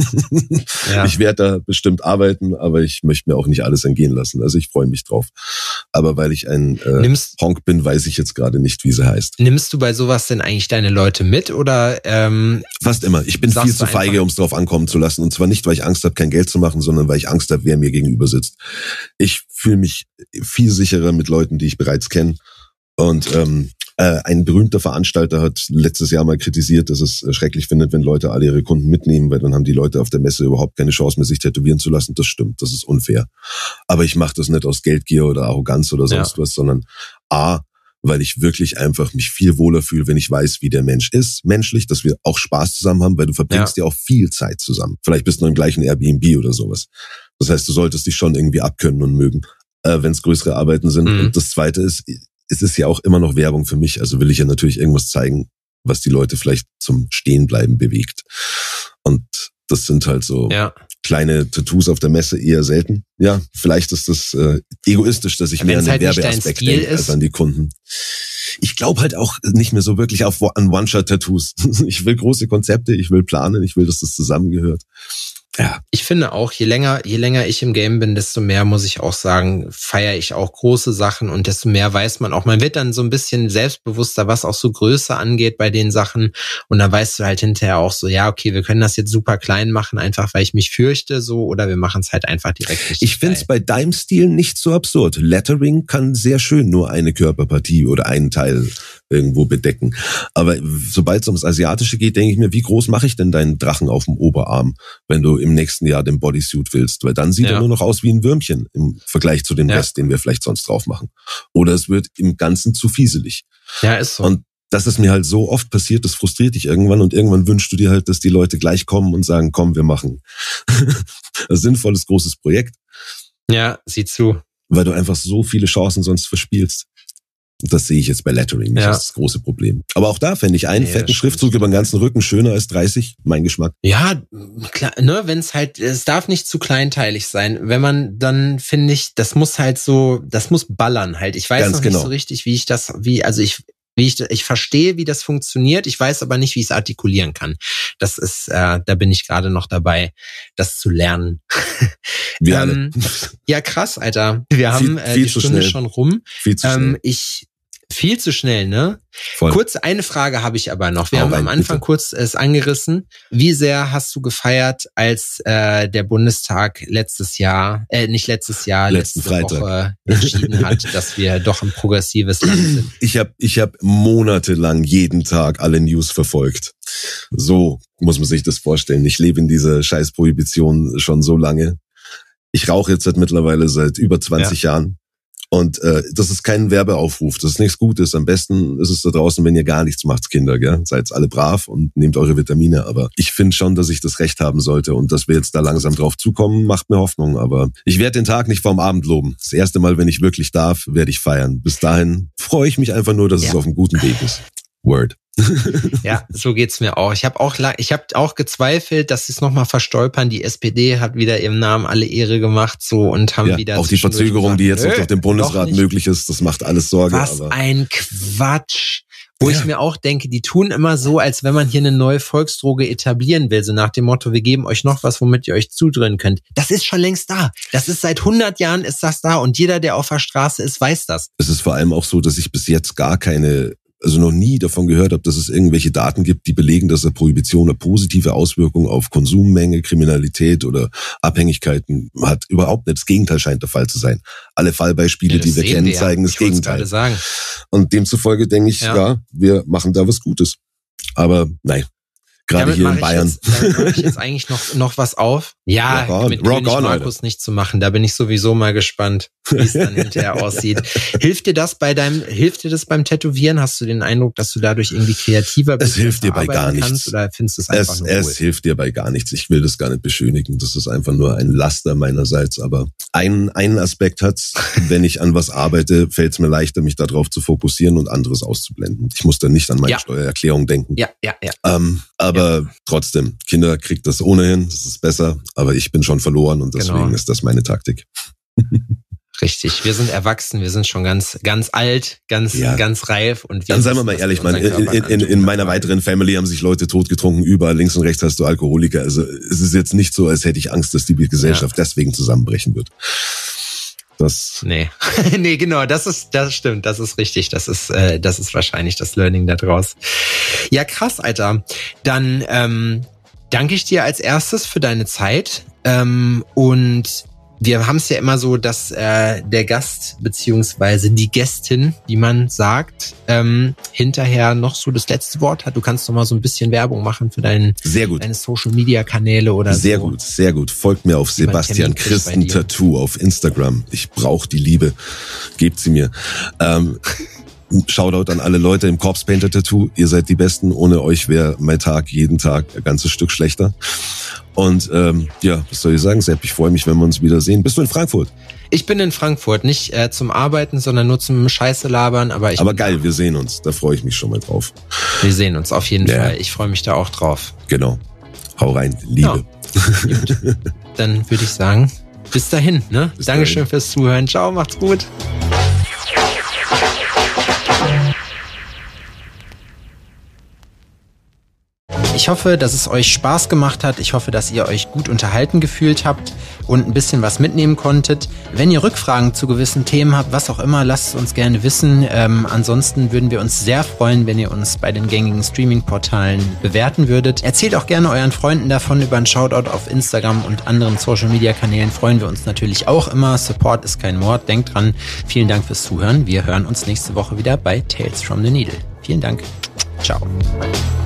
Ja. Ich werde da bestimmt arbeiten, aber ich möchte mir auch nicht alles entgehen lassen. Also ich freue mich drauf. Aber weil ich ein Honk bin, weiß ich jetzt gerade nicht, wie sie heißt. Nimmst du bei sowas denn eigentlich deine Leute mit oder? Fast immer. Ich bin viel zu feige, um es drauf ankommen zu lassen. Und zwar nicht, weil ich Angst habe, kein Geld zu machen, sondern weil ich Angst habe, wer mir gegenüber sitzt. Ich fühle mich viel sicherer mit Leuten, die ich bereits kenne. Und ein berühmter Veranstalter hat letztes Jahr mal kritisiert, dass es schrecklich findet, wenn Leute alle ihre Kunden mitnehmen, weil dann haben die Leute auf der Messe überhaupt keine Chance mehr, sich tätowieren zu lassen. Das stimmt, das ist unfair. Aber ich mache das nicht aus Geldgier oder Arroganz oder sonst was, sondern weil ich wirklich einfach mich viel wohler fühle, wenn ich weiß, wie der Mensch ist, menschlich, dass wir auch Spaß zusammen haben, weil du verbringst ja auch viel Zeit zusammen. Vielleicht bist du im gleichen Airbnb oder sowas. Das heißt, du solltest dich schon irgendwie abkönnen und mögen, wenn es größere Arbeiten sind. Und das Zweite ist, es ist ja auch immer noch Werbung für mich, also will ich ja natürlich irgendwas zeigen, was die Leute vielleicht zum Stehenbleiben bewegt. Und das sind halt so kleine Tattoos auf der Messe eher selten. Ja, vielleicht ist das egoistisch, dass ich mehr an den Werbeaspekt denke als an die Kunden. Ich glaube halt auch nicht mehr so wirklich an One-Shot-Tattoos. Ich will große Konzepte, ich will planen, ich will, dass das zusammengehört. Ja. Ich finde auch, je länger ich im Game bin, desto mehr, muss ich auch sagen, feiere ich auch große Sachen und desto mehr weiß man auch. Man wird dann so ein bisschen selbstbewusster, was auch so Größe angeht bei den Sachen. Und dann weißt du halt hinterher auch so, ja, okay, wir können das jetzt super klein machen, einfach weil ich mich fürchte so, oder wir machen es halt einfach direkt richtig. Ich finde es bei deinem Stil nicht so absurd. Lettering kann sehr schön nur eine Körperpartie oder einen Teil irgendwo bedecken. Aber sobald es ums Asiatische geht, denke ich mir, wie groß mache ich denn deinen Drachen auf dem Oberarm, wenn du im nächsten Jahr den Bodysuit willst? Weil dann sieht er nur noch aus wie ein Würmchen im Vergleich zu dem Rest, den wir vielleicht sonst drauf machen. Oder es wird im Ganzen zu fieselig. Ja, ist so. Und das ist mir halt so oft passiert, das frustriert dich irgendwann und irgendwann wünschst du dir halt, dass die Leute gleich kommen und sagen, komm, wir machen ein sinnvolles, großes Projekt. Ja, sieh zu. Weil du einfach so viele Chancen sonst verspielst. Das sehe ich jetzt bei Lettering nicht, das ist das große Problem. Aber auch da fände ich einen fetten Schriftzug über den ganzen Rücken schöner als 30, mein Geschmack. Ja, klar, ne, wenn es halt, es darf nicht zu kleinteilig sein. Wenn man dann, finde ich, das muss halt so, das muss ballern halt. Ich weiß noch nicht so richtig, ich verstehe, wie das funktioniert. Ich weiß aber nicht, wie ich es artikulieren kann. Das ist, da bin ich gerade noch dabei, das zu lernen. Ja, krass, Alter. Wir haben die Stunde schon rum. Viel zu schnell. Viel zu schnell, ne? Voll. Kurz eine Frage habe ich aber noch. Wir haben am Anfang kurz es angerissen. Wie sehr hast du gefeiert, als der Bundestag letzte Woche entschieden hat, dass wir doch ein progressives Land sind? Ich hab monatelang jeden Tag alle News verfolgt. So muss man sich das vorstellen. Ich lebe in dieser Scheißprohibition schon so lange. Ich rauche jetzt mittlerweile seit über 20 Jahren. Und das ist kein Werbeaufruf, das ist nichts Gutes. Am besten ist es da draußen, wenn ihr gar nichts macht, Kinder, gell? Seid alle brav und nehmt eure Vitamine. Aber ich finde schon, dass ich das Recht haben sollte und dass wir jetzt da langsam drauf zukommen, macht mir Hoffnung. Aber ich werde den Tag nicht vorm Abend loben. Das erste Mal, wenn ich wirklich darf, werde ich feiern. Bis dahin freue ich mich einfach nur, dass es auf einem guten Weg ist. Word. Ja, so geht's mir auch. Ich habe auch gezweifelt, dass sie es nochmal verstolpern. Die SPD hat wieder ihrem Namen alle Ehre gemacht, so, und haben wieder auch die Verzögerung, die jetzt noch durch den Bundesrat möglich ist, das macht alles Sorge. Was ein Quatsch. Wo ich mir auch denke, die tun immer so, als wenn man hier eine neue Volksdroge etablieren will, so nach dem Motto, wir geben euch noch was, womit ihr euch zudrehen könnt. Das ist schon längst da. Das ist seit 100 Jahren ist das da und jeder, der auf der Straße ist, weiß das. Es ist vor allem auch so, dass ich bis jetzt noch nie davon gehört habe, dass es irgendwelche Daten gibt, die belegen, dass eine Prohibition eine positive Auswirkung auf Konsummenge, Kriminalität oder Abhängigkeiten hat. Überhaupt nicht. Das Gegenteil scheint der Fall zu sein. Alle Fallbeispiele, die wir kennen, zeigen das Gegenteil. Und demzufolge denke ich, wir machen da was Gutes. Aber nein. Gerade hier in Bayern. Damit mache ich jetzt eigentlich noch was auf. Ja, mit König Markus nicht zu machen. Da bin ich sowieso mal gespannt, wie es dann hinterher aussieht. Hilft dir das beim Tätowieren? Hast du den Eindruck, dass du dadurch irgendwie kreativer bist? Es hilft dir bei gar nichts. Oder findest du es einfach nur Es hilft dir bei gar nichts. Ich will das gar nicht beschönigen. Das ist einfach nur ein Laster meinerseits. Aber einen Aspekt hat's. Wenn ich an was arbeite, fällt es mir leichter, mich darauf zu fokussieren und anderes auszublenden. Ich muss dann nicht an meine Steuererklärung denken. Ja. Aber trotzdem, Kinder kriegt das ohnehin, das ist besser, aber ich bin schon verloren und deswegen ist das meine Taktik. Richtig, wir sind erwachsen, wir sind schon ganz alt, ganz reif. Und dann seien wir mal ehrlich, man, in meiner weiteren Family haben sich Leute totgetrunken, überall links und rechts hast du Alkoholiker. Also es ist jetzt nicht so, als hätte ich Angst, dass die Gesellschaft deswegen zusammenbrechen wird. Nee, genau, das stimmt, das ist richtig, das ist wahrscheinlich das Learning da draus. Ja, krass, Alter. Dann danke ich dir als erstes für deine Zeit und wir haben es ja immer so, dass der Gast beziehungsweise die Gästin, wie man sagt, hinterher noch so das letzte Wort hat. Du kannst noch mal so ein bisschen Werbung machen für deine Social-Media-Kanäle oder sehr so. Sehr gut. Folgt mir auf Sebastian Christen Tattoo auf Instagram. Ich brauche die Liebe. Gebt sie mir. Shoutout an alle Leute im Corpse Painter Tattoo. Ihr seid die Besten. Ohne euch wäre mein Tag jeden Tag ein ganzes Stück schlechter. Und was soll ich sagen, Sepp? Ich freue mich, wenn wir uns wiedersehen. Bist du in Frankfurt? Ich bin in Frankfurt, nicht zum Arbeiten, sondern nur zum Scheiße labern. Aber geil, wir sehen uns. Da freue ich mich schon mal drauf. Wir sehen uns auf jeden Fall. Ich freue mich da auch drauf. Genau. Hau rein, Liebe. Ja. Gut. Dann würde ich sagen, bis dahin. Ne? Dankeschön fürs Zuhören. Ciao, macht's gut. Ich hoffe, dass es euch Spaß gemacht hat. Ich hoffe, dass ihr euch gut unterhalten gefühlt habt und ein bisschen was mitnehmen konntet. Wenn ihr Rückfragen zu gewissen Themen habt, was auch immer, lasst es uns gerne wissen. Ansonsten würden wir uns sehr freuen, wenn ihr uns bei den gängigen Streaming-Portalen bewerten würdet. Erzählt auch gerne euren Freunden davon. Über einen Shoutout auf Instagram und anderen Social-Media-Kanälen freuen wir uns natürlich auch immer. Support ist kein Mord. Denkt dran. Vielen Dank fürs Zuhören. Wir hören uns nächste Woche wieder bei Tales from the Needle. Vielen Dank. Ciao.